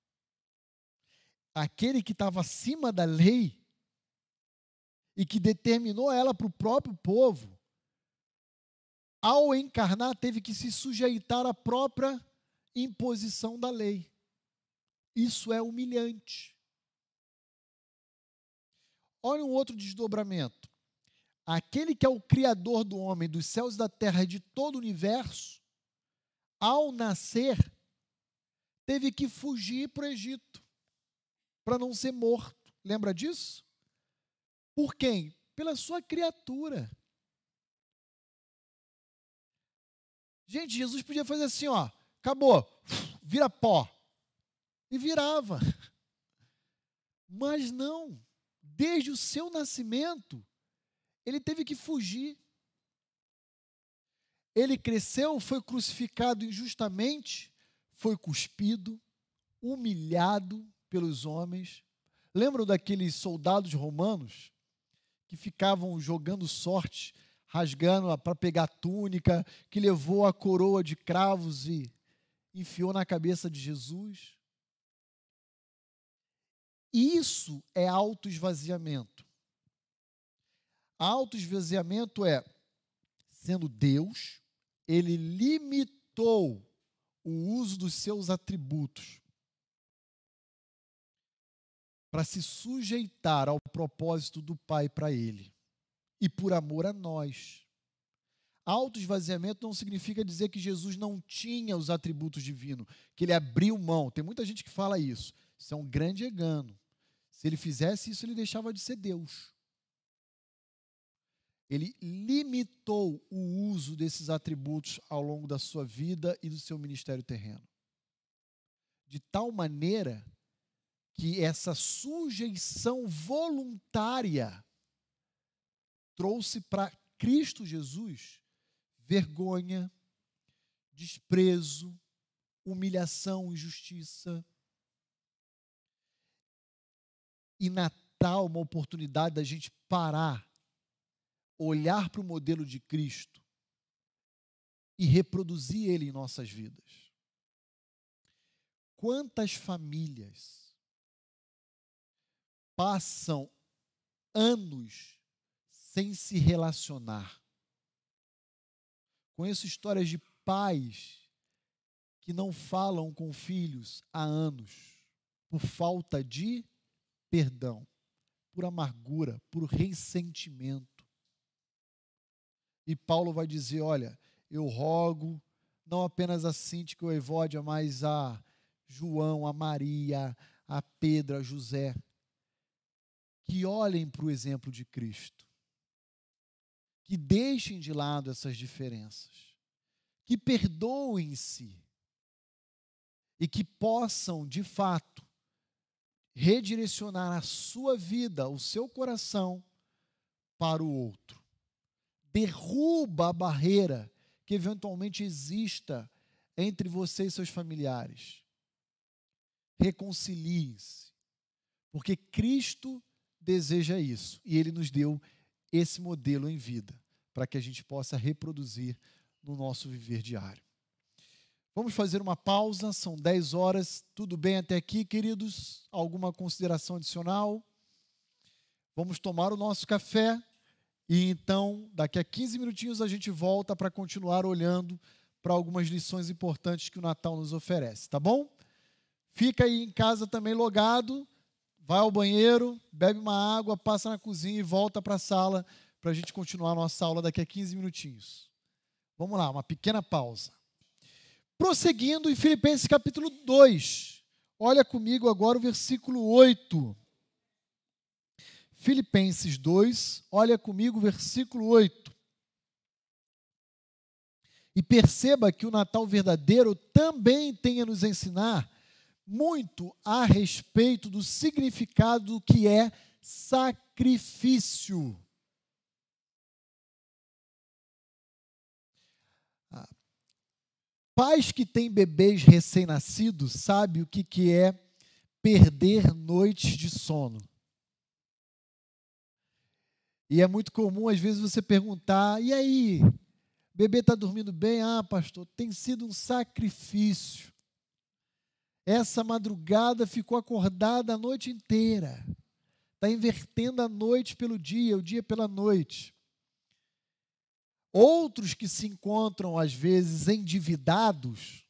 Aquele que estava acima da lei e que determinou ela para o próprio povo, ao encarnar, teve que se sujeitar à própria imposição da lei. Isso é humilhante. Olha um outro desdobramento. Aquele que é o Criador do homem, dos céus e da terra e de todo o universo, ao nascer, teve que fugir para o Egito, para não ser morto. Lembra disso? Por quem? Pela sua criatura. Gente, Jesus podia fazer assim, ó, acabou, vira pó. E virava. Mas não. Desde o seu nascimento, ele teve que fugir. Ele cresceu, foi crucificado injustamente, foi cuspido, humilhado pelos homens. Lembram daqueles soldados romanos que ficavam jogando sorte, rasgando para pegar a túnica, que levou a coroa de cravos e enfiou na cabeça de Jesus? Isso é autoesvaziamento. Autoesvaziamento é, sendo Deus, ele limitou o uso dos seus atributos para se sujeitar ao propósito do Pai para ele e por amor a nós. Autoesvaziamento não significa dizer que Jesus não tinha os atributos divinos, que ele abriu mão. Tem muita gente que fala isso. Isso é um grande engano. Se ele fizesse isso, ele deixava de ser Deus. Ele limitou o uso desses atributos ao longo da sua vida e do seu ministério terreno. De tal maneira que essa sujeição voluntária trouxe para Cristo Jesus vergonha, desprezo, humilhação, injustiça. E Natal, uma oportunidade da gente parar, olhar para o modelo de Cristo e reproduzir ele em nossas vidas. Quantas famílias passam anos sem se relacionar? Conheço histórias de pais que não falam com filhos há anos por falta de perdão, por amargura, por ressentimento. E Paulo vai dizer, olha, eu rogo, não apenas a Síntica e o Evódia, mas a João, a Maria, a Pedro, a José, que olhem para o exemplo de Cristo, que deixem de lado essas diferenças, que perdoem-se, e que possam, de fato, redirecionar a sua vida, o seu coração, para o outro. Derruba a barreira que eventualmente exista entre você e seus familiares. Reconciliem-se, porque Cristo deseja isso, e Ele nos deu esse modelo em vida, para que a gente possa reproduzir no nosso viver diário. Vamos fazer uma pausa, são dez horas, tudo bem até aqui, queridos? Alguma consideração adicional? Vamos tomar o nosso café e então, daqui a quinze minutinhos, a gente volta para continuar olhando para algumas lições importantes que o Natal nos oferece, tá bom? Fica aí em casa também logado, vai ao banheiro, bebe uma água, passa na cozinha e volta para a sala para a gente continuar a nossa aula daqui a quinze minutinhos. Vamos lá, uma pequena pausa. Prosseguindo em Filipenses capítulo dois, olha comigo agora o versículo oito. Filipenses dois, olha comigo o versículo oito. E perceba que o Natal verdadeiro também tem a nos ensinar muito a respeito do significado do que é sacrifício. Pais que têm bebês recém-nascidos sabem o que, que é perder noites de sono. E é muito comum, às vezes, você perguntar, e aí, o bebê está dormindo bem? Ah, pastor, tem sido um sacrifício. Essa madrugada ficou acordada a noite inteira. Está invertendo a noite pelo dia, o dia pela noite. Outros que se encontram, às vezes, endividados,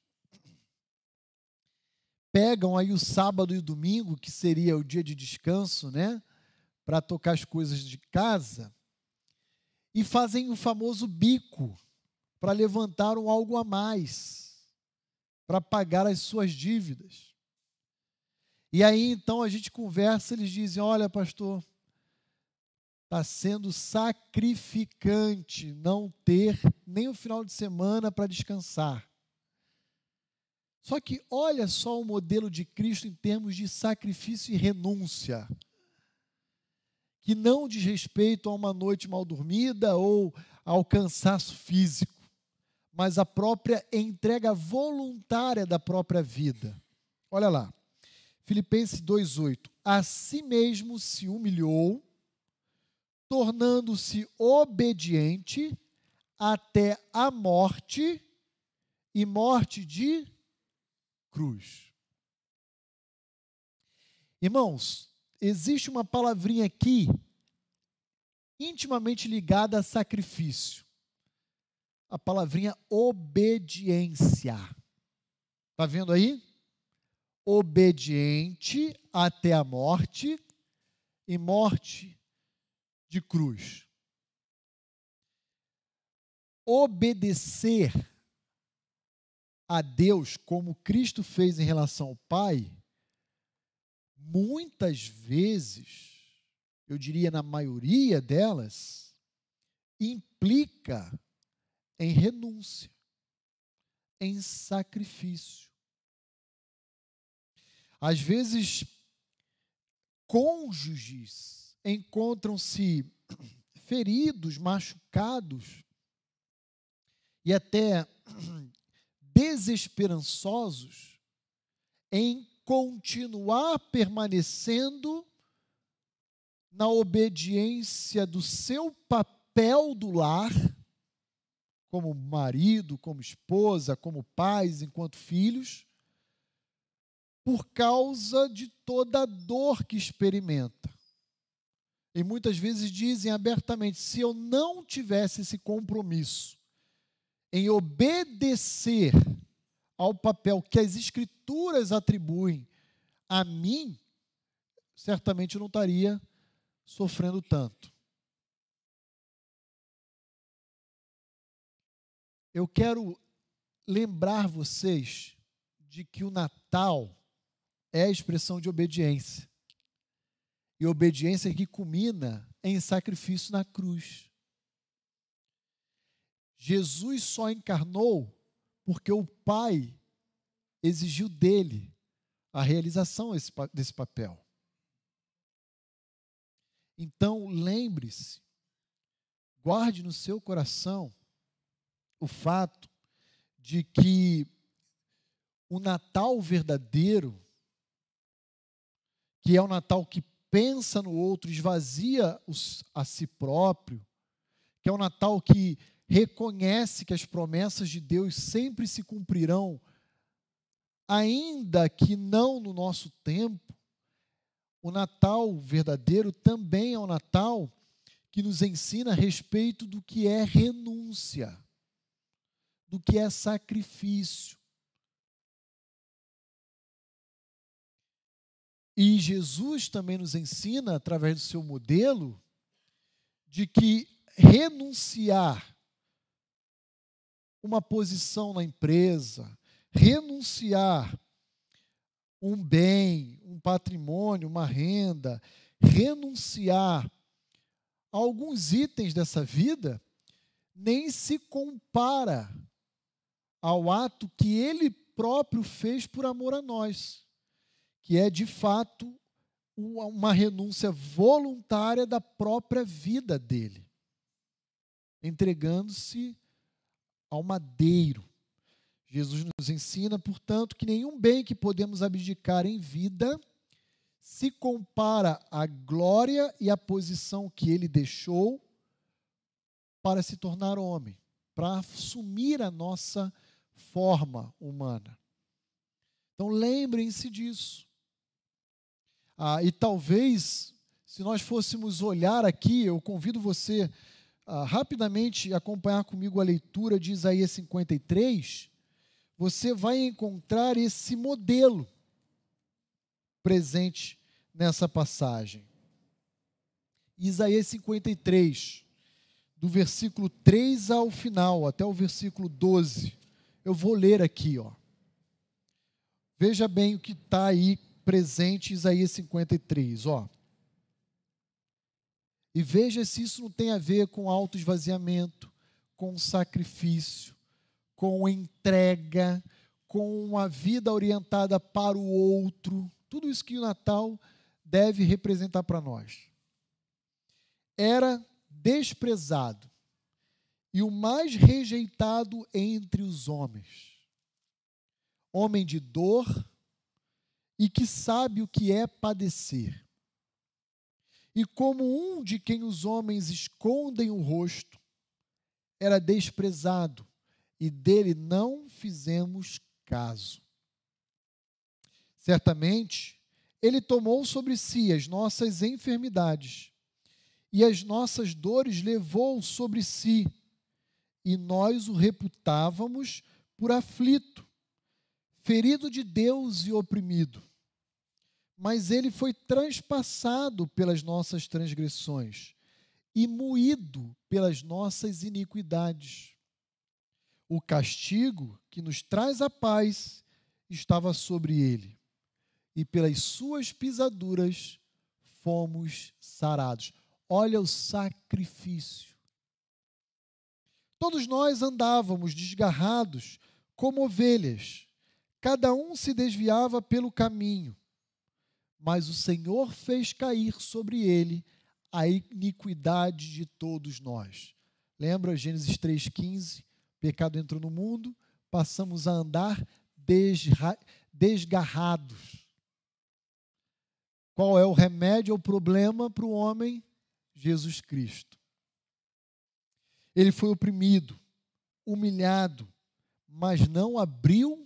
pegam aí o sábado e o domingo, que seria o dia de descanso, né? Para tocar as coisas de casa, e fazem o famoso bico para levantar um algo a mais, para pagar as suas dívidas. E aí, então, a gente conversa, eles dizem, olha, pastor, está sendo sacrificante não ter nem o final de semana para descansar. Só que olha só o modelo de Cristo em termos de sacrifício e renúncia, que não diz respeito a uma noite mal dormida ou ao cansaço físico, mas a própria entrega voluntária da própria vida. Olha lá, Filipenses dois, oito. A si mesmo se humilhou, tornando-se obediente até a morte, e morte de cruz. Irmãos, existe uma palavrinha aqui intimamente ligada a sacrifício. A palavrinha obediência. Está vendo aí? Obediente até a morte e morte de cruz. Obedecer a Deus como Cristo fez em relação ao Pai, muitas vezes, eu diria na maioria delas, implica em renúncia, em sacrifício. Às vezes, cônjuges encontram-se feridos, machucados e até desesperançosos em continuar permanecendo na obediência do seu papel do lar, como marido, como esposa, como pais, enquanto filhos, por causa de toda a dor que experimenta. E muitas vezes dizem abertamente, se eu não tivesse esse compromisso em obedecer ao papel que as Escrituras atribuem a mim, certamente eu não estaria sofrendo tanto. Eu quero lembrar vocês de que o Natal é a expressão de obediência. E obediência que culmina em sacrifício na cruz. Jesus só encarnou porque o Pai exigiu dele a realização desse papel. Então, lembre-se, guarde no seu coração o fato de que o Natal verdadeiro, que é o Natal que pensa no outro, esvazia os, a si próprio, que é o Natal que reconhece que as promessas de Deus sempre se cumprirão, ainda que não no nosso tempo. O Natal verdadeiro também é o Natal que nos ensina a respeito do que é renúncia, do que é sacrifício. E Jesus também nos ensina, através do seu modelo, de que renunciar uma posição na empresa, renunciar um bem, um patrimônio, uma renda, renunciar a alguns itens dessa vida, nem se compara ao ato que ele próprio fez por amor a nós, que é, de fato, uma renúncia voluntária da própria vida dele, entregando-se ao madeiro. Jesus nos ensina, portanto, que nenhum bem que podemos abdicar em vida se compara à glória e à posição que ele deixou para se tornar homem, para assumir a nossa forma humana. Então, lembrem-se disso. Ah, e talvez, se nós fôssemos olhar aqui, eu convido você a rapidamente acompanhar comigo a leitura de Isaías cinquenta e três, você vai encontrar esse modelo presente nessa passagem. Isaías cinquenta e três, do versículo três ao final, até o versículo doze. Eu vou ler aqui, ó. Veja bem o que está aí presente em Isaías cinquenta e três, ó. E veja se isso não tem a ver com autoesvaziamento, com sacrifício, com entrega, com uma vida orientada para o outro. Tudo isso que o Natal deve representar para nós. Era desprezado e o mais rejeitado entre os homens. Homem de dor e que sabe o que é padecer. E como um de quem os homens escondem o rosto, era desprezado, e dele não fizemos caso. Certamente, ele tomou sobre si as nossas enfermidades, e as nossas dores levou sobre si, e nós o reputávamos por aflito, ferido de Deus e oprimido. Mas ele foi transpassado pelas nossas transgressões e moído pelas nossas iniquidades. O castigo que nos traz a paz estava sobre ele, e pelas suas pisaduras fomos sarados. Olha o sacrifício. Todos nós andávamos desgarrados como ovelhas, cada um se desviava pelo caminho, mas o Senhor fez cair sobre ele a iniquidade de todos nós. Lembra Gênesis três, quinze? Pecado entrou no mundo, passamos a andar desra- desgarrados. Qual é o remédio ao problema para o homem? Jesus Cristo. Ele foi oprimido, humilhado, mas não abriu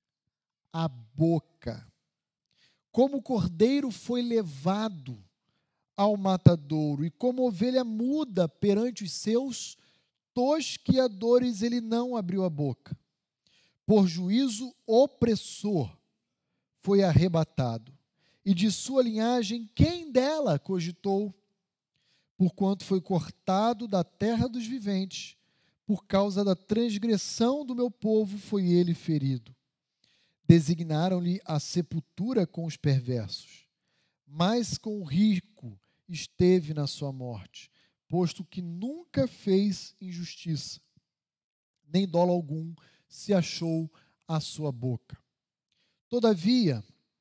a boca. Como cordeiro foi levado ao matadouro, e como ovelha muda perante os seus tosquiadores, ele não abriu a boca. Por juízo opressor foi arrebatado, e de sua linhagem quem dela cogitou? Porquanto foi cortado da terra dos viventes, por causa da transgressão do meu povo foi ele ferido. Designaram-lhe a sepultura com os perversos, mas com o rico esteve na sua morte, posto que nunca fez injustiça, nem dolo algum se achou à sua boca. Todavia,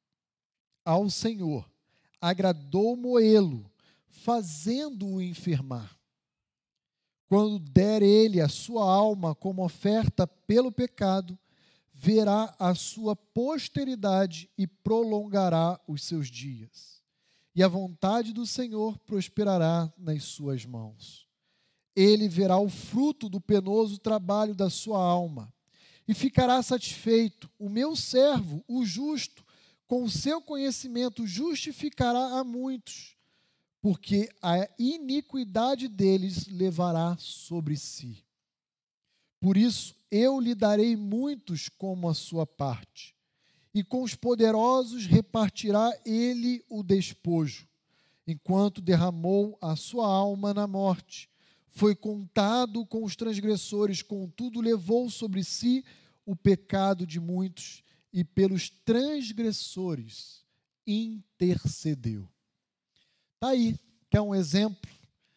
ao Senhor agradou moê-lo, fazendo-o enfermar. Quando der ele a sua alma como oferta pelo pecado, verá a sua posteridade e prolongará os seus dias. E a vontade do Senhor prosperará nas suas mãos. Ele verá o fruto do penoso trabalho da sua alma e ficará satisfeito. O meu servo, o justo, com o seu conhecimento justificará a muitos, porque a iniquidade deles levará sobre si. Por isso, eu lhe darei muitos como a sua parte, e com os poderosos repartirá ele o despojo, enquanto derramou a sua alma na morte. Foi contado com os transgressores, contudo levou sobre si o pecado de muitos, e pelos transgressores intercedeu. Está aí, que é um exemplo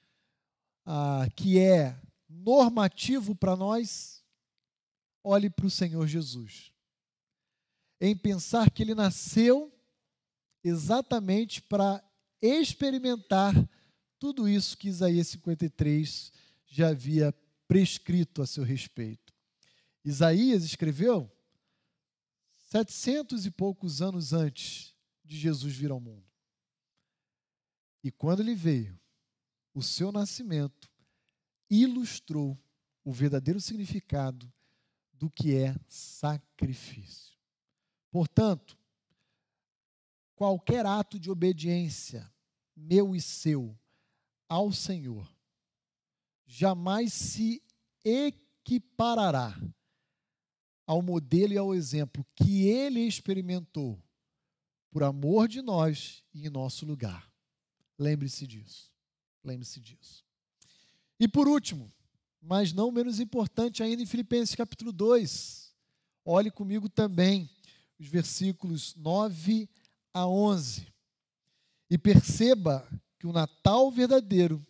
ah, que é normativo para nós. Olhe para o Senhor Jesus, em pensar que Ele nasceu exatamente para experimentar tudo isso que Isaías cinquenta e três já havia prescrito a seu respeito. Isaías escreveu setecentos e poucos anos antes de Jesus vir ao mundo. E quando ele veio, o seu nascimento ilustrou o verdadeiro significado do que é sacrifício. Portanto, qualquer ato de obediência, meu e seu, ao Senhor, jamais se equiparará ao modelo e ao exemplo que Ele experimentou por amor de nós e em nosso lugar. Lembre-se disso. Lembre-se disso. E por último, mas não menos importante ainda, em Filipenses capítulo dois, olhe comigo também os versículos nove a onze. E perceba que o Natal verdadeiro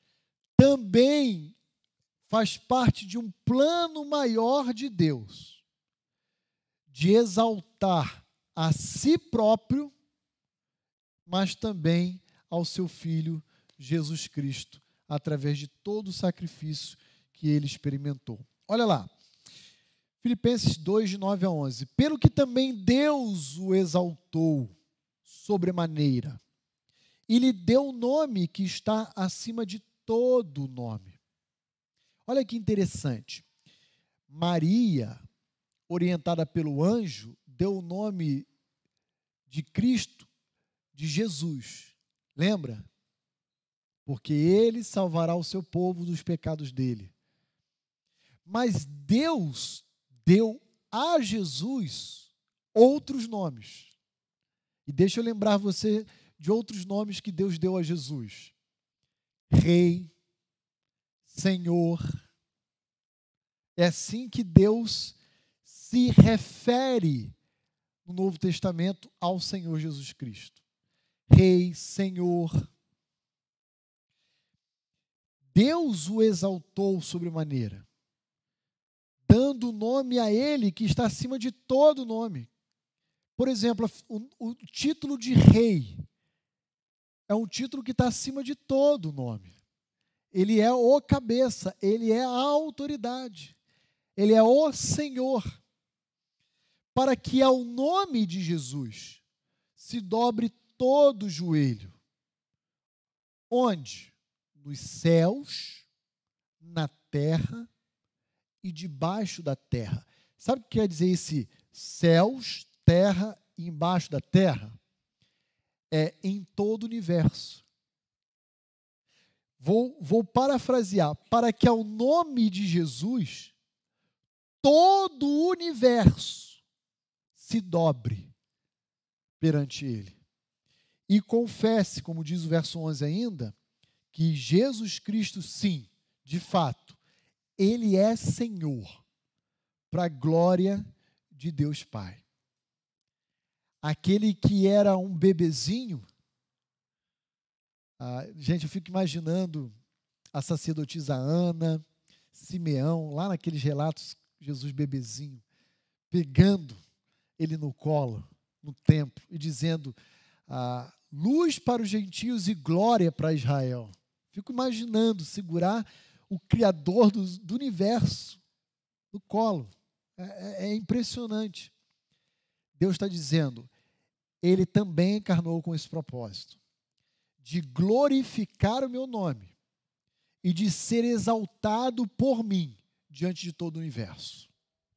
também faz parte de um plano maior de Deus, de exaltar a si próprio, mas também ao seu Filho Jesus Cristo, através de todo o sacrifício que ele experimentou. Olha lá, Filipenses dois, de nove a onze. Pelo que também Deus o exaltou sobremaneira, e lhe deu um nome que está acima de todo nome. Olha que interessante. Maria, orientada pelo anjo, deu o nome de Cristo de Jesus. Lembra? Porque ele salvará o seu povo dos pecados dele. Mas Deus deu a Jesus outros nomes. E deixa eu lembrar você de outros nomes que Deus deu a Jesus: Rei, Senhor. É assim que Deus se refere no Novo Testamento ao Senhor Jesus Cristo. Rei, Senhor. Deus o exaltou sobremaneira, dando nome a ele que está acima de todo nome. Por exemplo, o, o título de rei é um título que está acima de todo nome. Ele é o cabeça, ele é a autoridade, ele é o Senhor. Para que ao nome de Jesus se dobre todo o joelho. Onde? Nos céus, na terra e debaixo da terra. Sabe o que quer dizer esse céus, terra e embaixo da terra? É em todo o universo. Vou, vou parafrasear. Para que ao nome de Jesus, todo o universo se dobre perante ele. E confesse, como diz o verso onze ainda, que Jesus Cristo, sim, de fato, ele é Senhor, para a glória de Deus Pai. Aquele que era um bebezinho, ah, gente, eu fico imaginando a sacerdotisa Ana, Simeão, lá naqueles relatos, Jesus bebezinho, pegando ele no colo, no templo, e dizendo, ah, luz para os gentios e glória para Israel. Fico imaginando segurar o Criador do, do universo no colo. É, é, é impressionante. Deus está dizendo, ele também encarnou com esse propósito, de glorificar o meu nome e de ser exaltado por mim diante de todo o universo.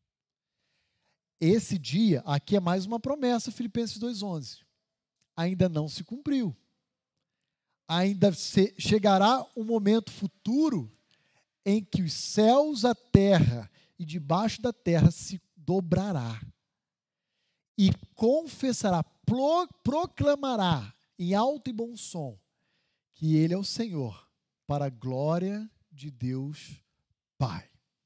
Esse dia, aqui é mais uma promessa, Filipenses dois, onze. Ainda não se cumpriu. Ainda se, chegará um momento futuro em que os céus, a terra e debaixo da terra se dobrará. E confessará, pro, proclamará em alto e bom som que Ele é o Senhor, para a glória de Deus Pai.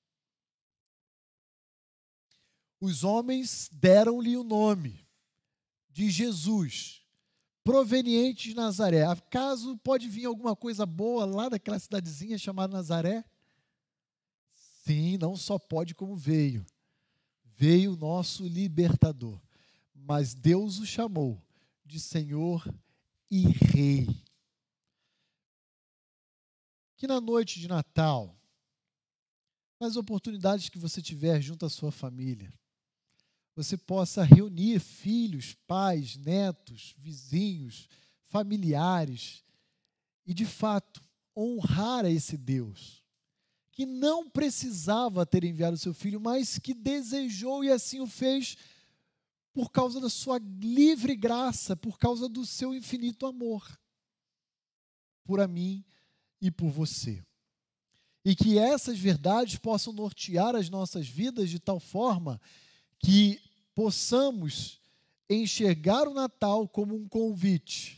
Os homens deram-lhe o nome de Jesus, proveniente de Nazaré. Acaso pode vir alguma coisa boa lá daquela cidadezinha chamada Nazaré? Sim, não só pode como veio. Veio o nosso libertador. Mas Deus o chamou de Senhor e Rei. Que na noite de Natal, nas oportunidades que você tiver junto à sua família, você possa reunir filhos, pais, netos, vizinhos, familiares e, de fato, honrar a esse Deus, que não precisava ter enviado o seu filho, mas que desejou e assim o fez por causa da sua livre graça, por causa do seu infinito amor por a mim e por você. E que essas verdades possam nortear as nossas vidas de tal forma que possamos enxergar o Natal como um convite,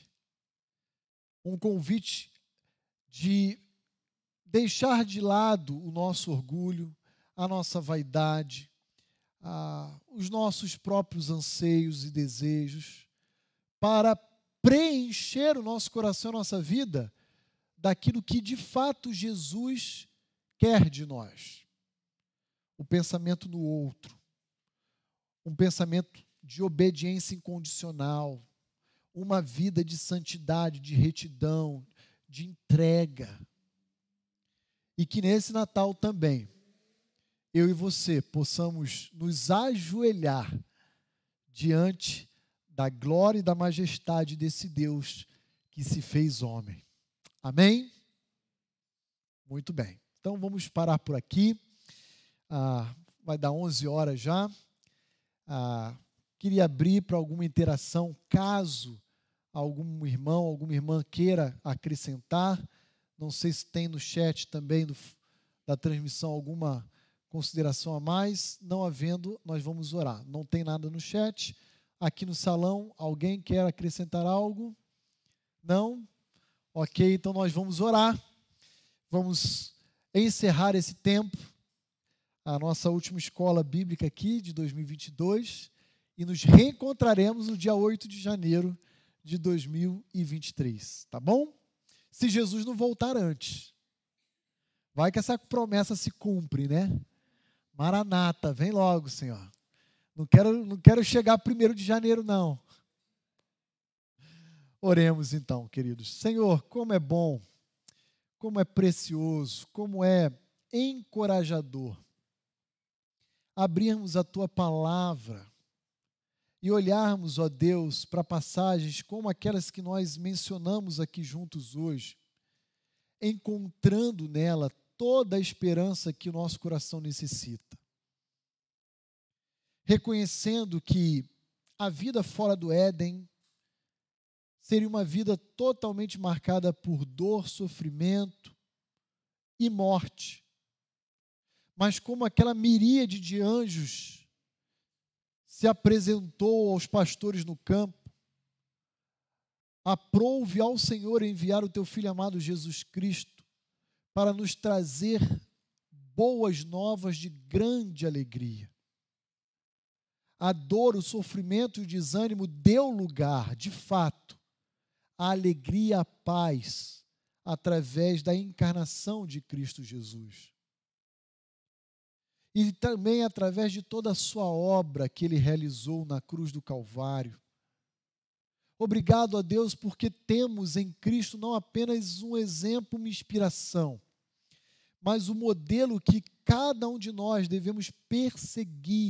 um convite de deixar de lado o nosso orgulho, a nossa vaidade, a, os nossos próprios anseios e desejos, para preencher o nosso coração, a nossa vida, daquilo que de fato Jesus quer de nós. O pensamento no outro, um pensamento de obediência incondicional, uma vida de santidade, de retidão, de entrega. E que nesse Natal também, eu e você possamos nos ajoelhar diante da glória e da majestade desse Deus que se fez homem. Amém? Muito bem. Então vamos parar por aqui. Ah, vai dar onze horas já. Ah, queria abrir para alguma interação, caso algum irmão, alguma irmã queira acrescentar. Não sei se tem no chat também do, da transmissão alguma consideração a mais. Não havendo, nós vamos orar. Não tem nada no chat. Aqui no salão, alguém quer acrescentar algo? Não? Ok, então nós vamos orar. Vamos encerrar esse tempo, a nossa última escola bíblica aqui de dois mil e vinte e dois, e nos reencontraremos no dia oito de janeiro de dois mil e vinte e três, tá bom? Se Jesus não voltar antes. Vai que essa promessa se cumpre, né? Maranata, vem logo, Senhor. Não quero, não quero chegar primeiro de janeiro, não. Oremos então, queridos. Senhor, como é bom, como é precioso, como é encorajador abrirmos a Tua palavra e olharmos, ó Deus, para passagens como aquelas que nós mencionamos aqui juntos hoje, encontrando nela toda a esperança que o nosso coração necessita. Reconhecendo que a vida fora do Éden seria uma vida totalmente marcada por dor, sofrimento e morte. Mas como aquela miríade de anjos se apresentou aos pastores no campo, aprouve ao Senhor enviar o teu Filho amado Jesus Cristo para nos trazer boas novas de grande alegria. A dor, o sofrimento e o desânimo deu lugar, de fato, à alegria e à paz através da encarnação de Cristo Jesus. e também através de toda a sua obra que ele realizou na cruz do Calvário. Obrigado a Deus porque temos em Cristo não apenas um exemplo, uma inspiração, mas o modelo que cada um de nós devemos perseguir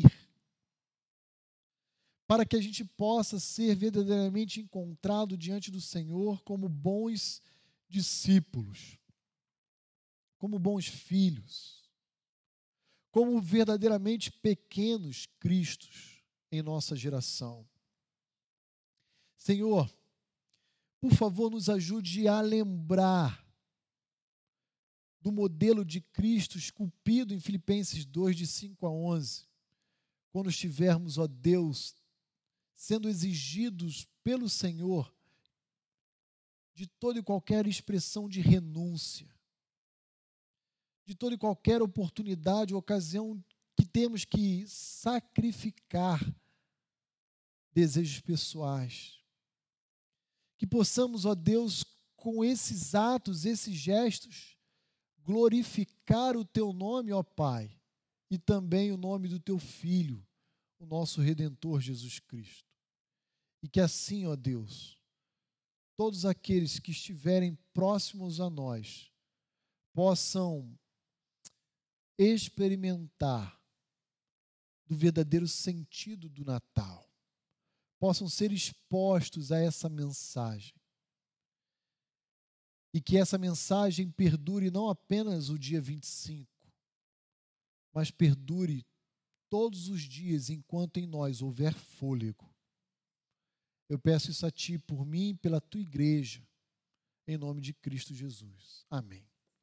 para que a gente possa ser verdadeiramente encontrado diante do Senhor como bons discípulos, como bons filhos, como verdadeiramente pequenos cristos em nossa geração. Senhor, por favor, nos ajude a lembrar do modelo de Cristo esculpido em Filipenses dois, de cinco a onze, quando estivermos, ó Deus, sendo exigidos pelo Senhor de toda e qualquer expressão de renúncia, de toda e qualquer oportunidade, ocasião que temos que sacrificar desejos pessoais. Que possamos, ó Deus, com esses atos, esses gestos, glorificar o Teu nome, ó Pai, e também o nome do Teu Filho, o nosso Redentor Jesus Cristo. E que assim, ó Deus, todos aqueles que estiverem próximos a nós possam experimentar do verdadeiro sentido do Natal, possam ser expostos a essa mensagem. E que essa mensagem perdure não apenas o dia vinte e cinco, mas perdure todos os dias enquanto em nós houver fôlego. Eu peço isso a Ti por mim e pela Tua igreja, em nome de Cristo Jesus. Amém.